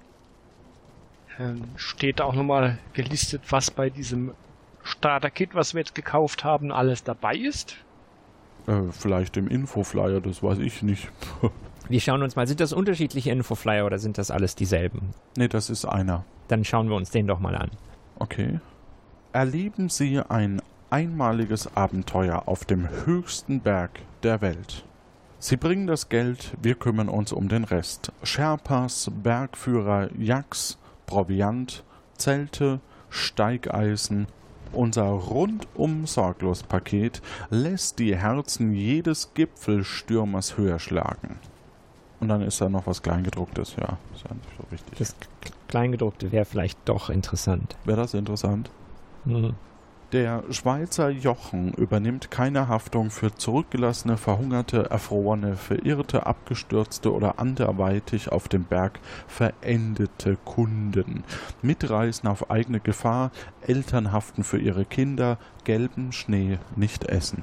Steht da auch nochmal gelistet, was bei diesem Starter-Kit, was wir jetzt gekauft haben, alles dabei ist? Vielleicht im Infoflyer, das weiß ich nicht. Wir schauen uns mal, sind das unterschiedliche Infoflyer oder sind das alles dieselben? Nee, das ist einer. Dann schauen wir uns den doch mal an. Okay. Erleben Sie ein einmaliges Abenteuer auf dem höchsten Berg der Welt. Sie bringen das Geld, wir kümmern uns um den Rest. Sherpas, Bergführer, Yaks, Proviant, Zelte, Steigeisen. Unser rundum sorglos Paket lässt die Herzen jedes Gipfelstürmers höher schlagen. Und dann ist da noch was Kleingedrucktes, ja. Ist ja nicht so wichtig. Das Kleingedruckte wäre vielleicht doch interessant. Wäre das interessant? Mhm. Der Schweizer Jochen übernimmt keine Haftung für zurückgelassene, verhungerte, erfrorene, verirrte, abgestürzte oder anderweitig auf dem Berg verendete Kunden. Mitreisen auf eigene Gefahr, Eltern haften für ihre Kinder, gelben Schnee nicht essen.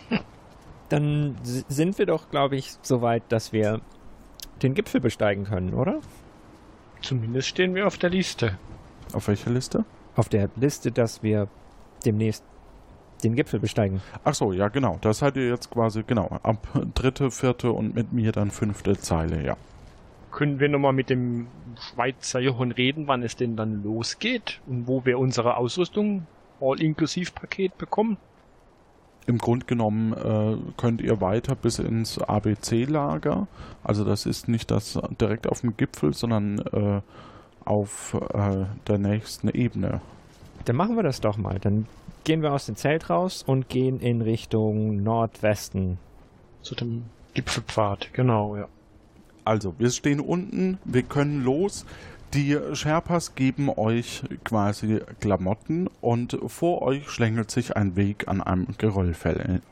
Dann sind wir doch, glaube ich, so weit, dass wir den Gipfel besteigen können, oder? Zumindest stehen wir auf der Liste. Auf welcher Liste? Auf der Liste, dass wir demnächst den Gipfel besteigen. Ach so, ja genau. Das seid ihr jetzt quasi, genau, ab 3., 4. und mit mir dann 5. Zeile, ja. Können wir nochmal mit dem Schweizer Jochen reden, wann es denn dann losgeht und wo wir unsere Ausrüstung All-Inklusiv-Paket bekommen? Im Grunde genommen könnt ihr weiter bis ins ABC-Lager. Also das ist nicht das direkt auf dem Gipfel, sondern auf der nächsten Ebene. Dann machen wir das doch mal. Dann gehen wir aus dem Zelt raus und gehen in Richtung Nordwesten. Zu dem Gipfelpfad, genau, ja. Also, wir stehen unten, wir können los. Die Sherpas geben euch quasi Klamotten und vor euch schlängelt sich ein Weg an einem Geröllfeld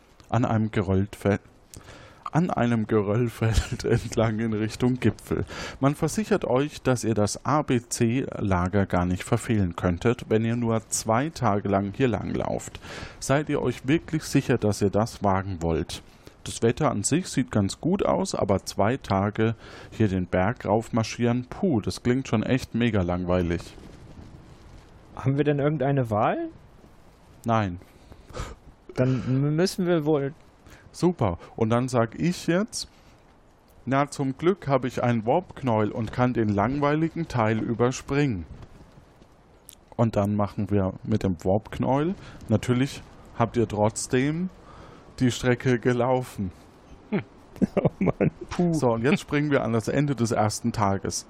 entlang in Richtung Gipfel. Man versichert euch, dass ihr das ABC-Lager gar nicht verfehlen könntet, wenn ihr nur 2 Tage lang hier langlauft. Seid ihr euch wirklich sicher, dass ihr das wagen wollt? Das Wetter an sich sieht ganz gut aus, aber 2 Tage hier den Berg raufmarschieren, das klingt schon echt mega langweilig. Haben wir denn irgendeine Wahl? Nein. Dann müssen wir wohl... Super. Und dann sag ich jetzt, na zum Glück habe ich einen Warp-Knäuel und kann den langweiligen Teil überspringen. Und dann machen wir mit dem Warp-Knäuel, natürlich habt ihr trotzdem die Strecke gelaufen. Oh Mann. So, und jetzt springen wir an das Ende des ersten Tages.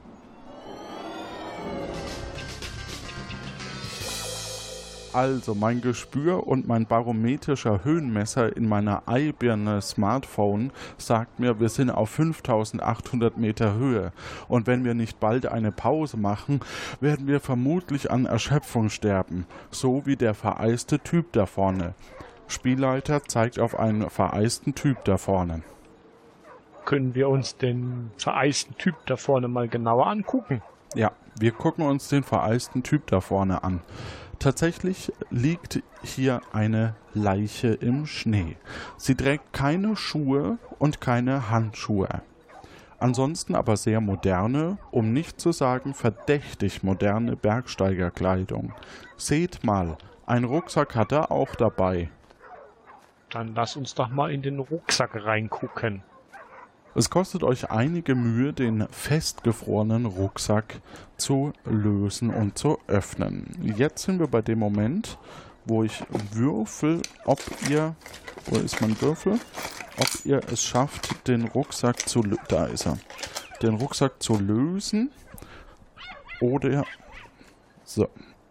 Also, mein Gespür und mein barometrischer Höhenmesser in meiner iBirne Smartphone sagt mir, wir sind auf 5800 Meter Höhe. Und wenn wir nicht bald eine Pause machen, werden wir vermutlich an Erschöpfung sterben. So wie der vereiste Typ da vorne. Spielleiter zeigt auf einen vereisten Typ da vorne. Können wir uns den vereisten Typ da vorne mal genauer angucken? Ja, wir gucken uns den vereisten Typ da vorne an. Tatsächlich liegt hier eine Leiche im Schnee. Sie trägt keine Schuhe und keine Handschuhe. Ansonsten aber sehr moderne, um nicht zu sagen verdächtig moderne Bergsteigerkleidung. Seht mal, ein Rucksack hat er auch dabei. Dann lass uns doch mal in den Rucksack reingucken. Es kostet euch einige Mühe, den festgefrorenen Rucksack zu lösen und zu öffnen. Jetzt sind wir bei dem Moment, wo ich würfel, ob ihr, wo ist mein Würfel, ob ihr es schafft, den Rucksack zu, da ist er, den Rucksack zu lösen oder, so.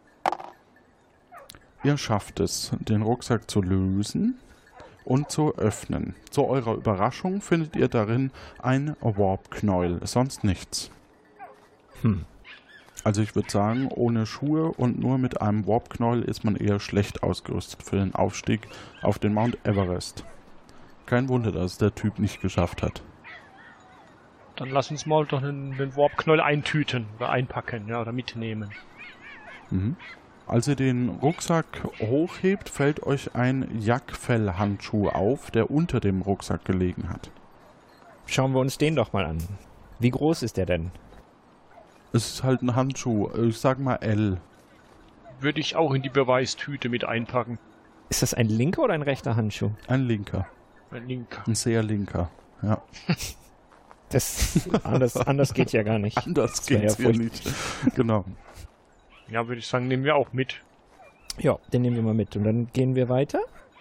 Ihr schafft es, den Rucksack zu lösen und zu öffnen. Zu eurer Überraschung findet ihr darin ein Warp-Knäuel, sonst nichts. Also ich würde sagen, ohne Schuhe und nur mit einem Warp-Knäuel ist man eher schlecht ausgerüstet für den Aufstieg auf den Mount Everest. Kein Wunder, dass es der Typ nicht geschafft hat. Dann lass uns mal doch den Warp-Knäuel eintüten oder einpacken, ja, oder mitnehmen. Als ihr den Rucksack hochhebt, fällt euch ein Jackfell-Handschuh auf, der unter dem Rucksack gelegen hat. Schauen wir uns den doch mal an. Wie groß ist der denn? Es ist halt ein Handschuh, ich sag mal L. Würde ich auch in die Beweistüte mit einpacken. Ist das ein linker oder ein rechter Handschuh? Ein linker. Ein linker. Ein sehr linker, ja. Das anders geht ja gar nicht. Anders geht's ja nicht. Genau. Ja, würde ich sagen, nehmen wir auch mit. Ja, den nehmen wir mal mit. Und dann gehen wir weiter?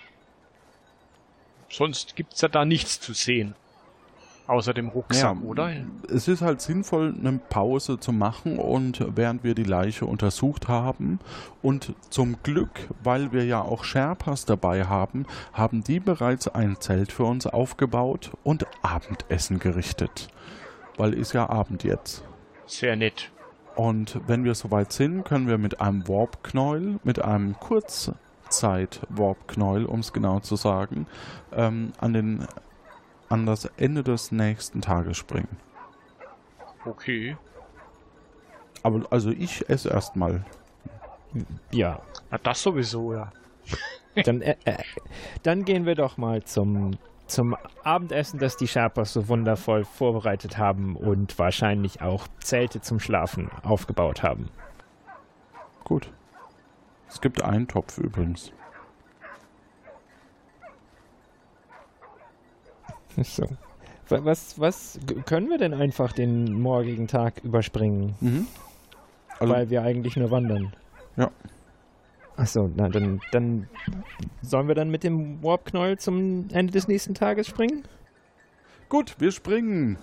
Sonst gibt's ja da nichts zu sehen. Außer dem Rucksack, ja, oder? Es ist halt sinnvoll, eine Pause zu machen und während wir die Leiche untersucht haben und zum Glück, weil wir ja auch Sherpas dabei haben, haben die bereits ein Zelt für uns aufgebaut und Abendessen gerichtet. Weil ist ja Abend jetzt. Sehr nett. Und wenn wir soweit sind, können wir mit einem Warp-Knäuel, mit einem Kurzzeit-Warp-Knäuel, um es genau zu sagen, an das Ende des nächsten Tages springen. Okay. Aber also ich esse erstmal. Ja. Na, das sowieso, ja. Dann gehen wir doch mal zum Abendessen, das die Sherpas so wundervoll vorbereitet haben und wahrscheinlich auch Zelte zum Schlafen aufgebaut haben. Gut. Es gibt einen Topf übrigens. So. Was können wir denn einfach den morgigen Tag überspringen? Also, weil wir eigentlich nur wandern. Ja. Achso, na dann sollen wir dann mit dem Warp-Knäuel zum Ende des nächsten Tages springen? Gut, wir springen.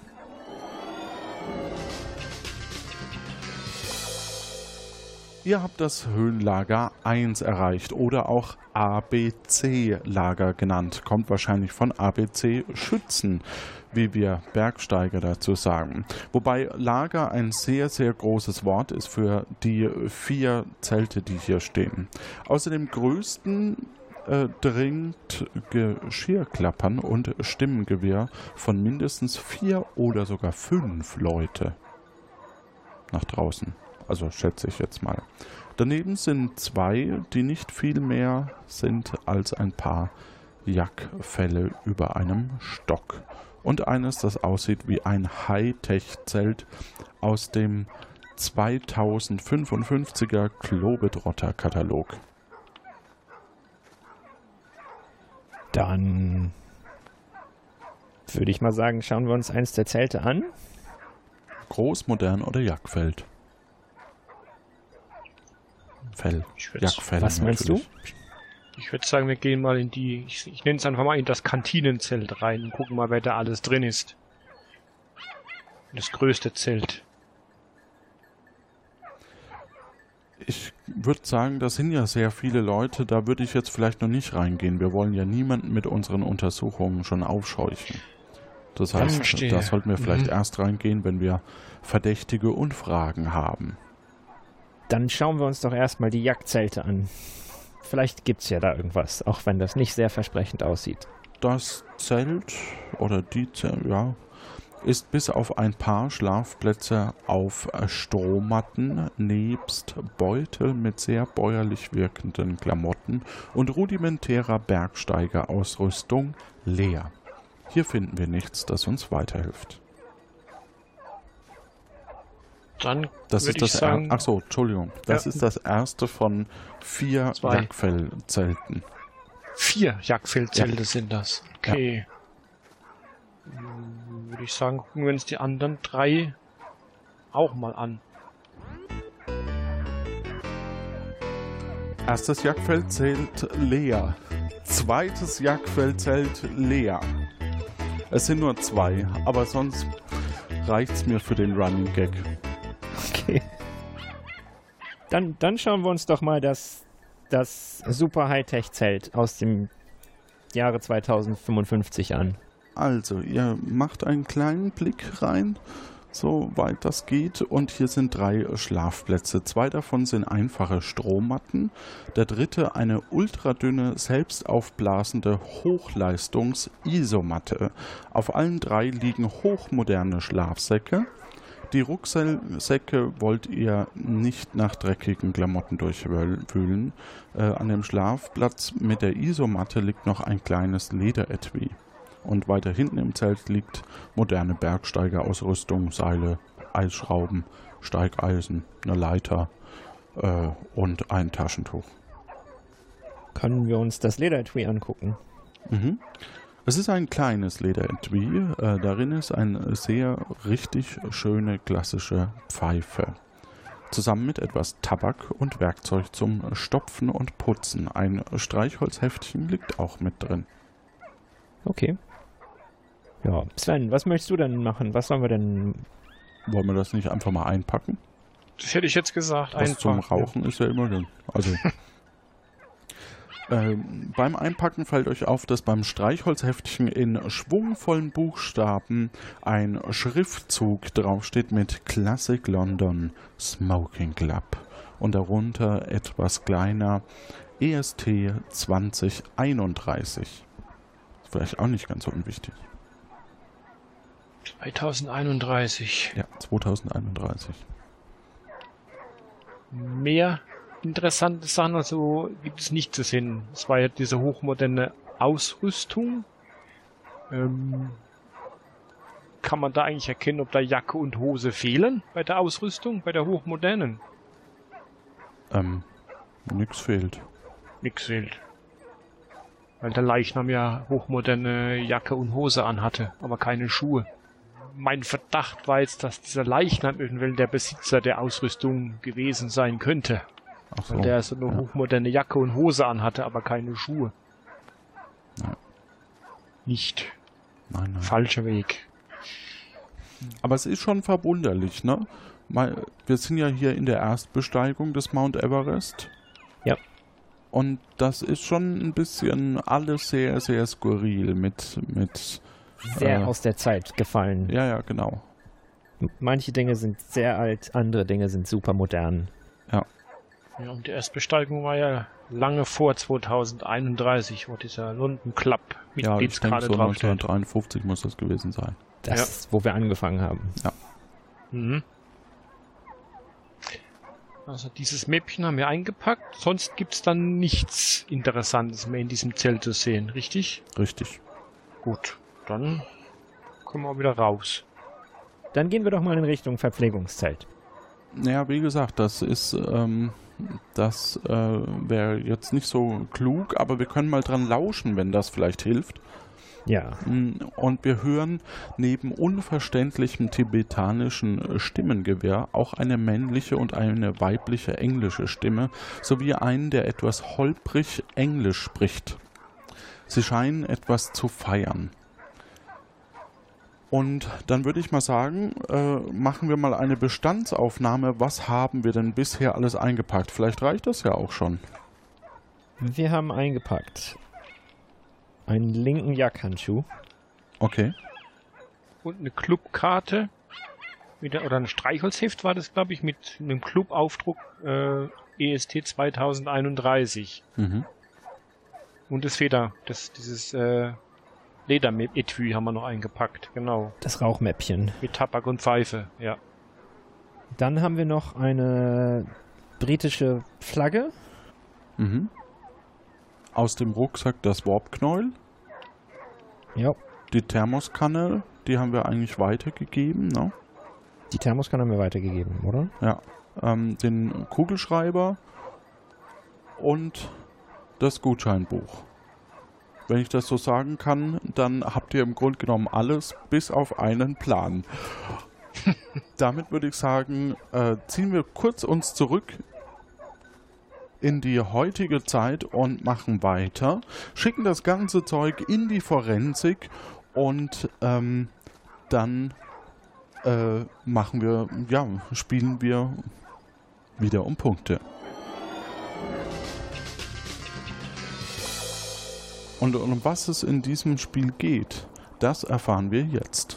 Ihr habt das Höhenlager 1 erreicht oder auch ABC-Lager genannt. Kommt wahrscheinlich von ABC Schützen, wie wir Bergsteiger dazu sagen. Wobei Lager ein sehr, sehr großes Wort ist für die 4 Zelte, die hier stehen. Außer dem größten dringt Geschirrklappern und Stimmengewirr von mindestens 4 oder sogar 5 Leute nach draußen. Also schätze ich jetzt mal. Daneben sind 2, die nicht viel mehr sind als ein paar Jackfelle über einem Stock. Und eines, das aussieht wie ein Hightech-Zelt aus dem 2055er Globetrotter-Katalog. Dann würde ich mal sagen, schauen wir uns eins der Zelte an. Groß, modern oder Jackfeld? Jackfell. Was meinst du? Ich würde sagen, wir gehen mal in die, ich nenne es einfach mal in das Kantinenzelt rein und gucken mal, wer da alles drin ist. Das größte Zelt. Ich würde sagen, da sind ja sehr viele Leute, da würde ich jetzt vielleicht noch nicht reingehen. Wir wollen ja niemanden mit unseren Untersuchungen schon aufscheuchen. Das heißt, da sollten wir vielleicht erst reingehen, wenn wir Verdächtige und Fragen haben. Dann schauen wir uns doch erstmal die Jagdzelte an. Vielleicht gibt's ja da irgendwas, auch wenn das nicht sehr versprechend aussieht. Das Zelt oder die Zelt, ja, ist bis auf ein paar Schlafplätze auf Strohmatten nebst Beutel mit sehr bäuerlich wirkenden Klamotten und rudimentärer Bergsteigerausrüstung leer. Hier finden wir nichts, das uns weiterhilft. Dann das würde ich sagen... Achso, Entschuldigung. Das ist das erste von 4 Jackfellzelten. 4 Jackfellzelte sind das. Okay. Ja. Würde ich sagen, gucken wir uns die anderen 3 auch mal an. Erstes Jagdfeldzelt leer. Zweites Jagdfeldzelt leer. Es sind nur 2, aber sonst reicht's mir für den Running Gag. Okay. Dann schauen wir uns doch mal das Super Hightech-Zelt aus dem Jahre 2055 an. Also, ihr macht einen kleinen Blick rein, so weit das geht. Und hier sind 3 Schlafplätze. 2 davon sind einfache Strohmatten. Der dritte eine ultradünne, selbstaufblasende Hochleistungs-Isomatte. Auf allen 3 liegen hochmoderne Schlafsäcke. Die Rucksäcke wollt ihr nicht nach dreckigen Klamotten durchwühlen. An dem Schlafplatz mit der Isomatte liegt noch ein kleines Lederetui. Und weiter hinten im Zelt liegt moderne Bergsteigerausrüstung, Seile, Eisschrauben, Steigeisen, eine Leiter und ein Taschentuch. Können wir uns das Lederetui angucken? Mhm. Es ist ein kleines Lederetui. Darin ist eine sehr richtig schöne klassische Pfeife. Zusammen mit etwas Tabak und Werkzeug zum Stopfen und Putzen. Ein Streichholzheftchen liegt auch mit drin. Okay. Ja, Sven, was möchtest du denn machen? Was sollen wir denn... Wollen wir das nicht einfach mal einpacken? Das hätte ich jetzt gesagt. Was zum Rauchen ist ja immer drin. Also... beim Einpacken fällt euch auf, dass beim Streichholzheftchen in schwungvollen Buchstaben ein Schriftzug draufsteht mit Classic London Smoking Club und darunter etwas kleiner EST 2031. Vielleicht auch nicht ganz so unwichtig. 2031. Ja, 2031. Mehr interessante Sachen also gibt es nicht zu sehen. Es war ja diese hochmoderne Ausrüstung. Kann man da eigentlich erkennen, ob da Jacke und Hose fehlen bei der Ausrüstung, bei der hochmodernen? Nix fehlt. Nix fehlt. Weil der Leichnam ja hochmoderne Jacke und Hose anhatte, aber keine Schuhe. Mein Verdacht war jetzt, dass dieser Leichnam irgendwann der Besitzer der Ausrüstung gewesen sein könnte. Ach so, weil der so eine hochmoderne Jacke und Hose anhatte, aber keine Schuhe. Nein. Nicht. Nein. Falscher Weg. Aber es ist schon verwunderlich, ne? Wir sind ja hier in der Erstbesteigung des Mount Everest. Ja. Und das ist schon ein bisschen alles sehr, sehr skurril mit sehr aus der Zeit gefallen. Ja, genau. Manche Dinge sind sehr alt, andere Dinge sind super modern. Ja. Ja, und die Erstbesteigung war ja lange vor 2031, wo dieser London Club Mitglieds gerade so drauf steht. 1953 muss das gewesen sein. Das ist, wo wir angefangen haben. Ja. Mhm. Also dieses Mäppchen haben wir eingepackt, sonst gibt es dann nichts Interessantes mehr in diesem Zelt zu sehen, richtig? Richtig. Gut, dann kommen wir wieder raus. Dann gehen wir doch mal in Richtung Verpflegungszelt. Naja, wie gesagt, das ist, das wäre jetzt nicht so klug, aber wir können mal dran lauschen, wenn das vielleicht hilft. Ja. Und wir hören neben unverständlichem tibetanischen Stimmengewirr auch eine männliche und eine weibliche englische Stimme, sowie einen, der etwas holprig Englisch spricht. Sie scheinen etwas zu feiern. Und dann würde ich mal sagen, machen wir mal eine Bestandsaufnahme. Was haben wir denn bisher alles eingepackt? Vielleicht reicht das ja auch schon. Wir haben eingepackt einen linken Jagdhandschuh. Okay. Und eine Clubkarte, oder ein Streichholzheft war das, glaube ich, mit einem Clubaufdruck EST 2031. Mhm. Und das dieses Lederetui haben wir noch eingepackt, genau. Das Rauchmäppchen. Mit Tabak und Pfeife, ja. Dann haben wir noch eine britische Flagge. Mhm. Aus dem Rucksack das Warpknäuel. Ja. Die Thermoskanne, die haben wir eigentlich weitergegeben, ne? Die Thermoskanne haben wir weitergegeben, oder? Ja. Den Kugelschreiber und das Gutscheinbuch. Wenn ich das so sagen kann, dann habt ihr im Grunde genommen alles, bis auf einen Plan. Damit würde ich sagen, ziehen wir kurz uns zurück in die heutige Zeit und machen weiter, schicken das ganze Zeug in die Forensik und dann spielen wir wieder um Punkte. Und um was es in diesem Spiel geht, das erfahren wir jetzt.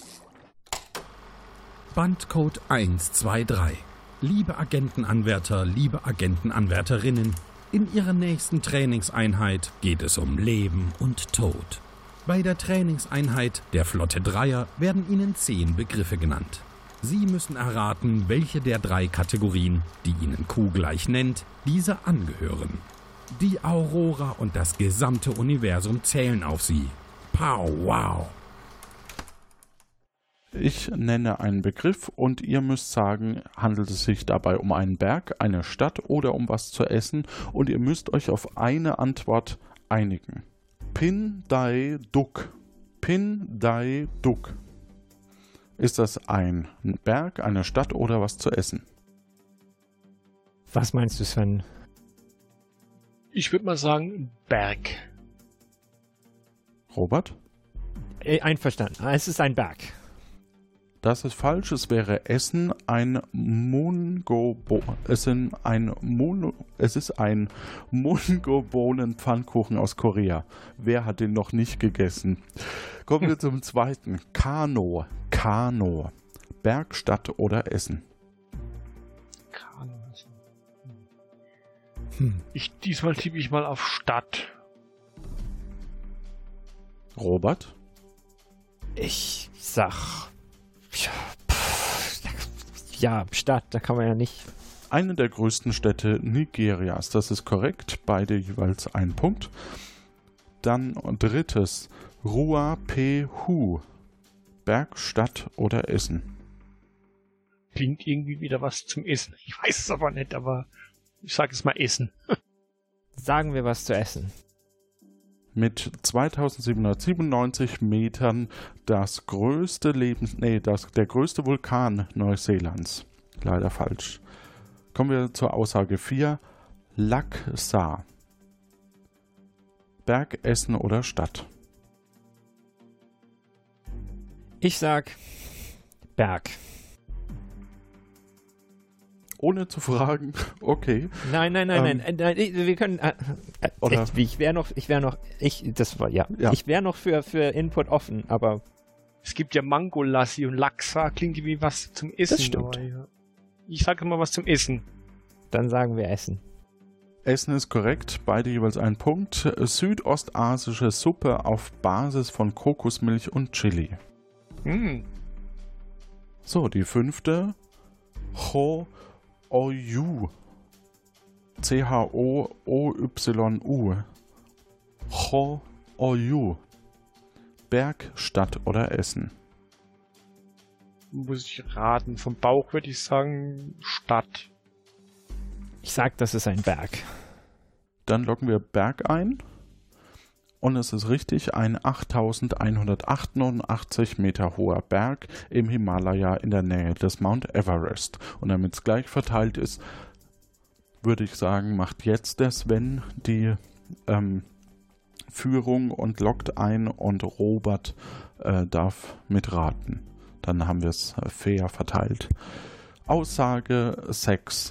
Bandcode 123. Liebe Agentenanwärter, liebe Agentenanwärterinnen, in Ihrer nächsten Trainingseinheit geht es um Leben und Tod. Bei der Trainingseinheit der Flotte Dreier werden Ihnen 10 Begriffe genannt. Sie müssen erraten, welche der 3 Kategorien, die Ihnen Q gleich nennt, diese angehören. Die Aurora und das gesamte Universum zählen auf Sie. Pow, wow! Ich nenne einen Begriff und ihr müsst sagen, handelt es sich dabei um einen Berg, eine Stadt oder um was zu essen, und ihr müsst euch auf eine Antwort einigen. Pin Dai Duk. Pin Dai Duk. Ist das ein Berg, eine Stadt oder was zu essen? Was meinst du, Sven? Ich würde mal sagen Berg. Robert? Einverstanden. Es ist ein Berg. Das ist falsch. Es wäre Essen, es ist ein Mungo-Bohnen-Pfannkuchen aus Korea. Wer hat den noch nicht gegessen? Kommen wir zum zweiten. Kano. Kano. Berg, Stadt oder Essen? Kano. Diesmal tippe ich mal auf Stadt. Robert? Ich sag... Ja, Stadt, da kann man ja nicht. Eine der größten Städte Nigerias, das ist korrekt, beide jeweils ein Punkt. Dann drittes, Ruapehu, Berg, Stadt oder Essen. Klingt irgendwie wieder was zum Essen. Ich weiß es aber nicht, aber ich sage es mal Essen. Sagen wir was zu essen. Mit 2797 Metern der größte Vulkan Neuseelands. Leider falsch. Kommen wir zur Aussage 4. Laksa. Berg, Essen oder Stadt? Ich sag Berg. Ohne zu fragen, okay. Nein, wir können. Ich wäre noch für Input offen, aber. Es gibt ja Mangolassi und Laksa, klingt wie was zum Essen. Das stimmt. Ja. Ich sage mal was zum Essen. Dann sagen wir Essen. Essen ist korrekt, beide jeweils ein Punkt. Südostasische Suppe auf Basis von Kokosmilch und Chili. So, die 5. Cho-Oyu. C-H-O-O-Y-U. Cho-Oyu. Berg, Stadt oder Essen? Muss ich raten. Vom Bauch würde ich sagen Stadt. Ich sag, das ist ein Berg. Dann loggen wir Berg ein. Und es ist richtig, ein 8188 Meter hoher Berg im Himalaya in der Nähe des Mount Everest. Und damit es gleich verteilt ist, würde ich sagen, macht jetzt der Sven die Führung und loggt ein und Robert darf mitraten. Dann haben wir es fair verteilt. Aussage 6.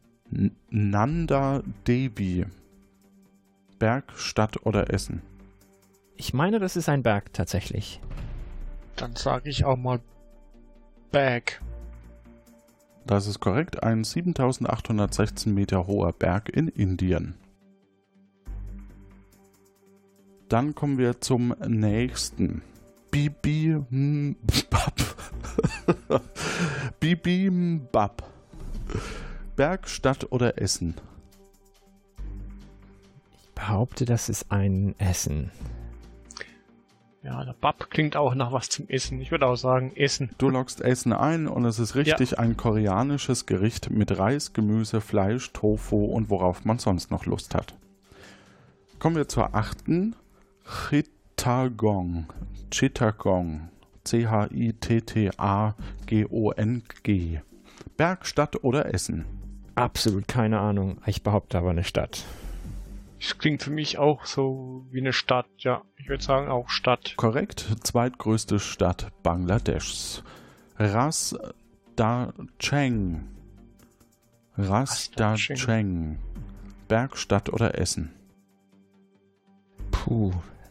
Nanda Devi. Berg, Stadt oder Essen? Ich meine, das ist ein Berg tatsächlich. Dann sage ich auch mal Berg. Das ist korrekt, ein 7816 Meter hoher Berg in Indien. Dann kommen wir zum nächsten. Bibimbap. Bibimbap. Berg, Stadt oder Essen? Ich behaupte, das ist ein Essen. Ja, der Bab klingt auch nach was zum Essen. Ich würde auch sagen Essen. Du loggst Essen ein und es ist richtig, ja. Ein koreanisches Gericht mit Reis, Gemüse, Fleisch, Tofu und worauf man sonst noch Lust hat. Kommen wir zur 8. Chittagong. Chittagong. C-H-I-T-T-A-G-O-N-G. Berg, Stadt oder Essen? Absolut keine Ahnung. Ich behaupte aber eine Stadt. Das klingt für mich auch so wie eine Stadt, ja. Ich würde sagen auch Stadt. Korrekt. Zweitgrößte Stadt Bangladeschs. Ras-Da-Cheng. Ras-Da-Cheng. Berg, Stadt oder Essen? Puh.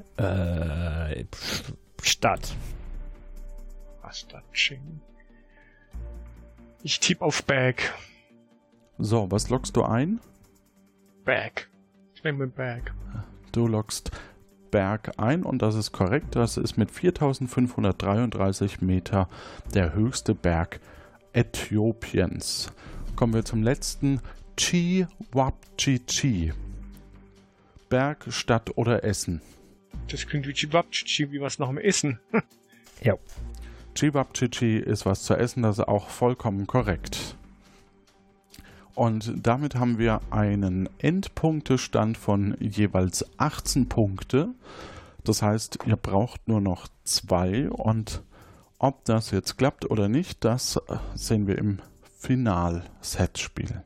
Stadt. Ras-Da-Cheng. Ich tippe auf Berg. So, was loggst du ein? Berg. Ich nehme Berg. Du loggst Berg ein und das ist korrekt. Das ist mit 4.533 Meter der höchste Berg Äthiopiens. Kommen wir zum letzten. Chiwapchichi. Berg, Stadt oder Essen? Das klingt wie Chiwapchichi, wie was nach dem Essen. Ja. Chiwapchichi ist was zu essen, das ist auch vollkommen korrekt. Und damit haben wir einen Endpunktestand von jeweils 18 Punkte. Das heißt, ihr braucht nur noch 2 und ob das jetzt klappt oder nicht, das sehen wir im Final-Set-Spiel.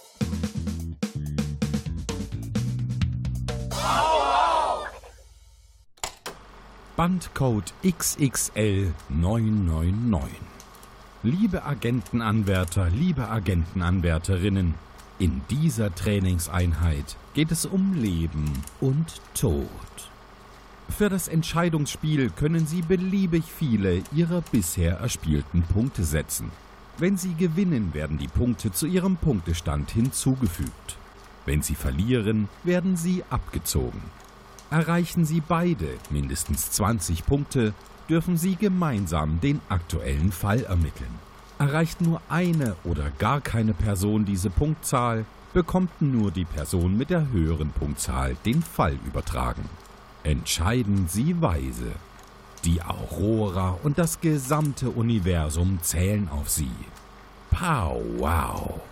Bandcode XXL 999. Liebe Agentenanwärter, liebe Agentenanwärterinnen, in dieser Trainingseinheit geht es um Leben und Tod. Für das Entscheidungsspiel können Sie beliebig viele Ihrer bisher erspielten Punkte setzen. Wenn Sie gewinnen, werden die Punkte zu Ihrem Punktestand hinzugefügt. Wenn Sie verlieren, werden sie abgezogen. Erreichen Sie beide mindestens 20 Punkte, dürfen Sie gemeinsam den aktuellen Fall ermitteln. Erreicht nur eine oder gar keine Person diese Punktzahl, bekommt nur die Person mit der höheren Punktzahl den Fall übertragen. Entscheiden Sie weise. Die Aurora und das gesamte Universum zählen auf Sie. Pow, wow.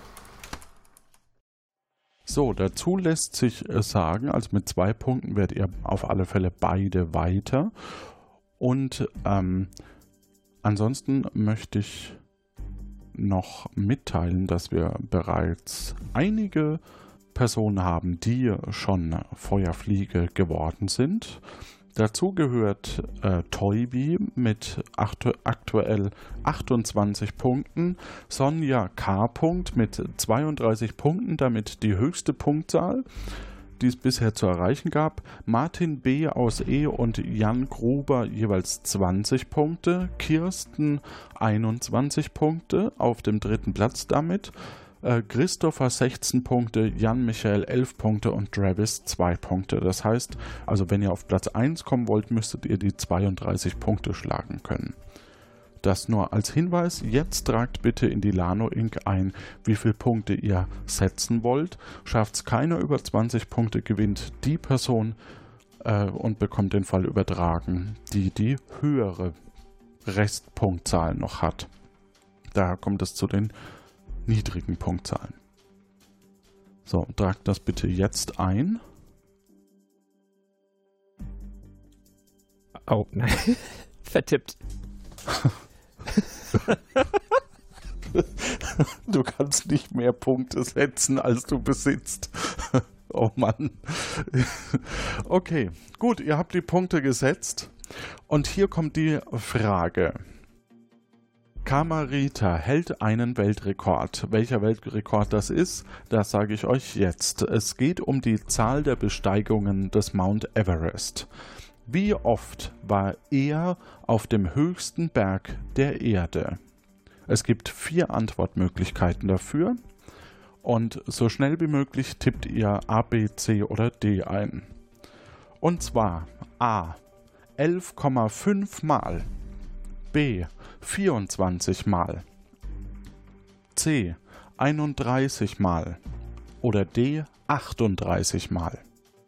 So, dazu lässt sich sagen, also mit 2 Punkten werdet ihr auf alle Fälle beide weiter. Und ansonsten möchte ich noch mitteilen, dass wir bereits einige Personen haben, die schon Feuerfliege geworden sind. Dazu gehört Toybi mit aktuell 28 Punkten, Sonja K. mit 32 Punkten, damit die höchste Punktzahl, die es bisher zu erreichen gab. Martin B. aus E. und Jan Gruber jeweils 20 Punkte, Kirsten 21 Punkte auf dem 3. Platz damit. Christopher 16 Punkte, Jan-Michael 11 Punkte und Travis 2 Punkte. Das heißt, also wenn ihr auf Platz 1 kommen wollt, müsstet ihr die 32 Punkte schlagen können. Das nur als Hinweis. Jetzt tragt bitte in die Lano Inc. ein, wie viele Punkte ihr setzen wollt. Schafft es keiner über 20 Punkte, gewinnt die Person und bekommt den Fall übertragen, die die höhere Restpunktzahl noch hat. Daher kommt es zu den niedrigen Punktzahlen. So, tragt das bitte jetzt ein. Oh, nein. Vertippt. Du kannst nicht mehr Punkte setzen, als du besitzt. Oh Mann. Okay, gut, ihr habt die Punkte gesetzt. Und hier kommt die Frage. Kamarita hält einen Weltrekord. Welcher Weltrekord das ist, das sage ich euch jetzt. Es geht um die Zahl der Besteigungen des Mount Everest. Wie oft war er auf dem höchsten Berg der Erde? Es gibt 4 Antwortmöglichkeiten dafür. Und so schnell wie möglich tippt ihr A, B, C oder D ein. Und zwar A. 11,5 Mal. B. 24 Mal. C. 31 Mal. Oder D. 38 Mal.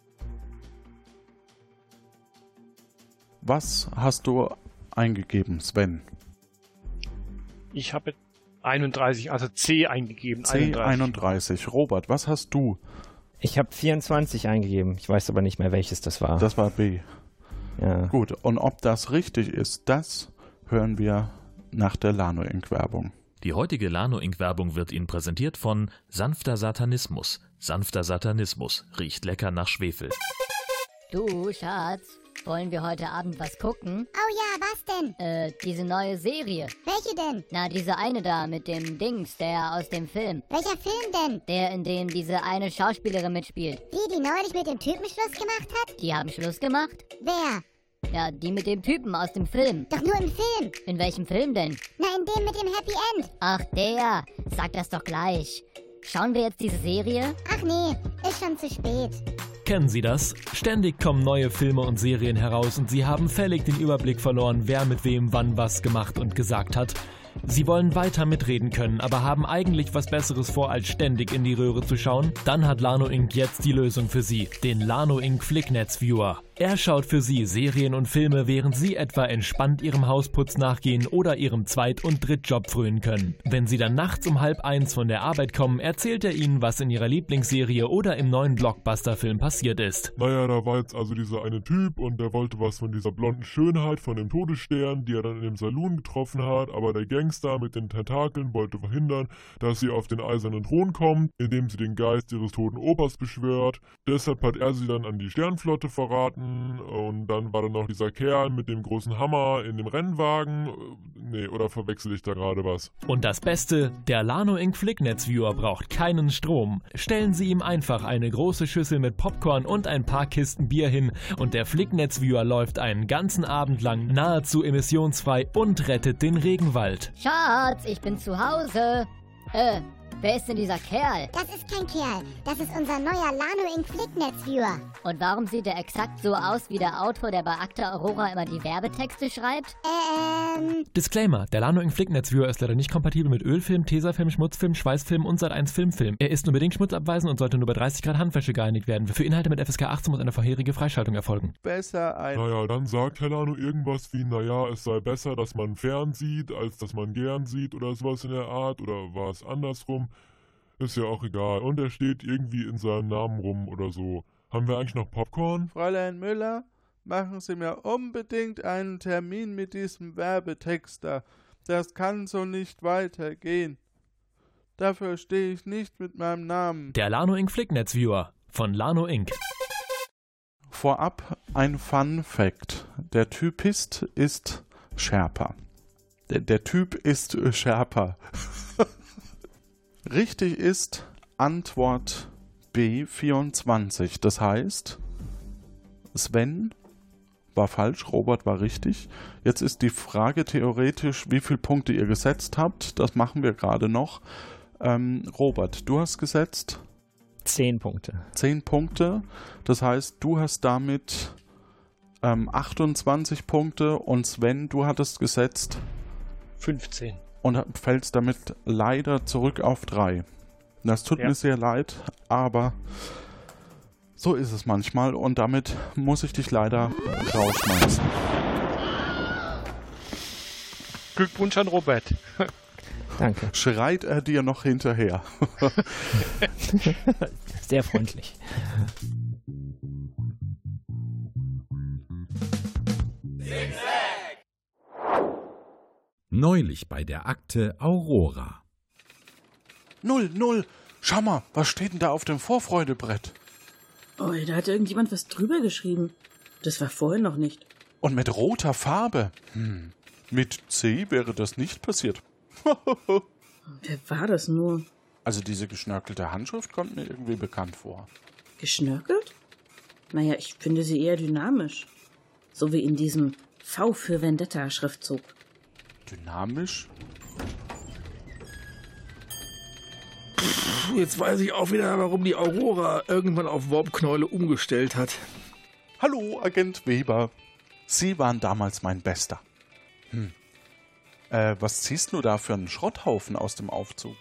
Was hast du eingegeben, Sven? Ich habe 31, also C eingegeben. C 31. Robert, was hast du? Ich habe 24 eingegeben. Ich weiß aber nicht mehr, welches das war. Das war B. Ja. Gut, und ob das richtig ist, das hören wir nach der Lano Inc. Werbung. Die heutige Lano Inc. Werbung wird Ihnen präsentiert von Sanfter Satanismus. Sanfter Satanismus riecht lecker nach Schwefel. Du, Schatz, wollen wir heute Abend was gucken? Oh ja, was denn? Diese neue Serie. Welche denn? Na, diese eine da mit dem Dings, der aus dem Film. Welcher Film denn? Der, in dem diese eine Schauspielerin mitspielt. Die neulich mit dem Typen Schluss gemacht hat? Die haben Schluss gemacht? Wer? Ja, die mit dem Typen aus dem Film. Doch nur im Film. In welchem Film denn? Na, in dem mit dem Happy End. Ach, der. Sag das doch gleich. Schauen wir jetzt diese Serie? Ach nee, ist schon zu spät. Kennen Sie das? Ständig kommen neue Filme und Serien heraus und Sie haben völlig den Überblick verloren, wer mit wem wann was gemacht und gesagt hat. Sie wollen weiter mitreden können, aber haben eigentlich was Besseres vor, als ständig in die Röhre zu schauen? Dann hat Lano Inc. jetzt die Lösung für Sie, den Lano Inc. Flicknetz Viewer. Er schaut für Sie Serien und Filme, während Sie etwa entspannt Ihrem Hausputz nachgehen oder Ihrem Zweit- und Drittjob frönen können. Wenn Sie dann nachts um 12:30 von der Arbeit kommen, erzählt er Ihnen, was in Ihrer Lieblingsserie oder im neuen Blockbuster-Film passiert ist. Naja, da war jetzt also dieser eine Typ und der wollte was von dieser blonden Schönheit von dem Todesstern, die er dann in dem Saloon getroffen hat, aber der Gangster mit den Tentakeln wollte verhindern, dass sie auf den eisernen Thron kommt, indem sie den Geist ihres toten Opas beschwört. Deshalb hat er sie dann an die Sternflotte verraten. Und dann war da noch dieser Kerl mit dem großen Hammer in dem Rennwagen. Nee, oder verwechsel ich da gerade was? Und das Beste, der Lano Inc. Flicknetz-Viewer braucht keinen Strom. Stellen Sie ihm einfach eine große Schüssel mit Popcorn und ein paar Kisten Bier hin und der Flicknetz-Viewer läuft einen ganzen Abend lang nahezu emissionsfrei und rettet den Regenwald. Schatz, ich bin zu Hause. Wer ist denn dieser Kerl? Das ist kein Kerl. Das ist unser neuer Lano Inc. Flicknetz-Viewer. Und warum sieht er exakt so aus wie der Autor, der bei Akte Aurora immer die Werbetexte schreibt? Disclaimer, der Lano Inc. Flicknetz-Viewer ist leider nicht kompatibel mit Ölfilm, Tesafilm, Schmutzfilm, Schweißfilm und Sat.1 Filmfilm. Er ist nur bedingt schmutzabweisend und sollte nur bei 30 Grad Handwäsche gereinigt werden. Für Inhalte mit FSK 18 muss eine vorherige Freischaltung erfolgen. Besser ein... Naja, dann sagt Herr Lano irgendwas wie, naja, es sei besser, dass man fern sieht, als dass man gern sieht oder sowas in der Art. Oder war es andersrum? Ist ja auch egal. Und er steht irgendwie in seinem Namen rum oder so. Haben wir eigentlich noch Popcorn? Fräulein Müller, machen Sie mir unbedingt einen Termin mit diesem Werbetexter. Das kann so nicht weitergehen. Dafür stehe ich nicht mit meinem Namen. Der Lano Inc. Flicknetz-Viewer von Lano Inc. Vorab ein Fun Fact. Der Typist ist Sherpa. Der Typ ist Sherpa. Richtig ist Antwort B 24. Das heißt, Sven war falsch, Robert war richtig. Jetzt ist die Frage theoretisch, wie viele Punkte ihr gesetzt habt. Das machen wir gerade noch. Robert, du hast gesetzt? 10 Punkte. 10 Punkte. Das heißt, du hast damit 28 Punkte und Sven, du hattest gesetzt 15. Und fällst damit leider zurück auf 3. Das tut mir sehr leid, aber so ist es manchmal und damit muss ich dich leider rausschmeißen. Glückwunsch an Robert. Danke. Schreit er dir noch hinterher? Sehr freundlich. Neulich bei der Akte Aurora. 0-0. Schau mal, was steht denn da auf dem Vorfreudebrett? Oh, da hat irgendjemand was drüber geschrieben. Das war vorhin noch nicht. Und mit roter Farbe. Mit C wäre das nicht passiert. Wer war das nur? Also diese geschnörkelte Handschrift kommt mir irgendwie bekannt vor. Geschnörkelt? Naja, ich finde sie eher dynamisch. So wie in diesem V für Vendetta-Schriftzug. Dynamisch? Jetzt weiß ich auch wieder, warum die Aurora irgendwann auf Warp-Knäule umgestellt hat. Hallo, Agent Weber. Sie waren damals mein Bester. Was ziehst du da für einen Schrotthaufen aus dem Aufzug?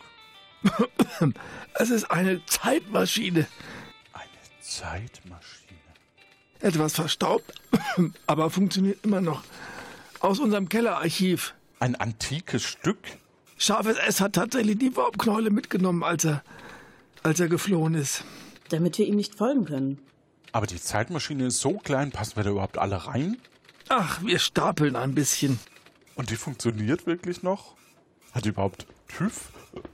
Es ist eine Zeitmaschine. Eine Zeitmaschine? Etwas verstaubt, aber funktioniert immer noch. Aus unserem Kellerarchiv. Ein antikes Stück? Scharfes S hat tatsächlich die Warp-Knäule mitgenommen, als er geflohen ist. Damit wir ihm nicht folgen können. Aber die Zeitmaschine ist so klein, passen wir da überhaupt alle rein? Ach, wir stapeln ein bisschen. Und die funktioniert wirklich noch? Hat die überhaupt TÜV?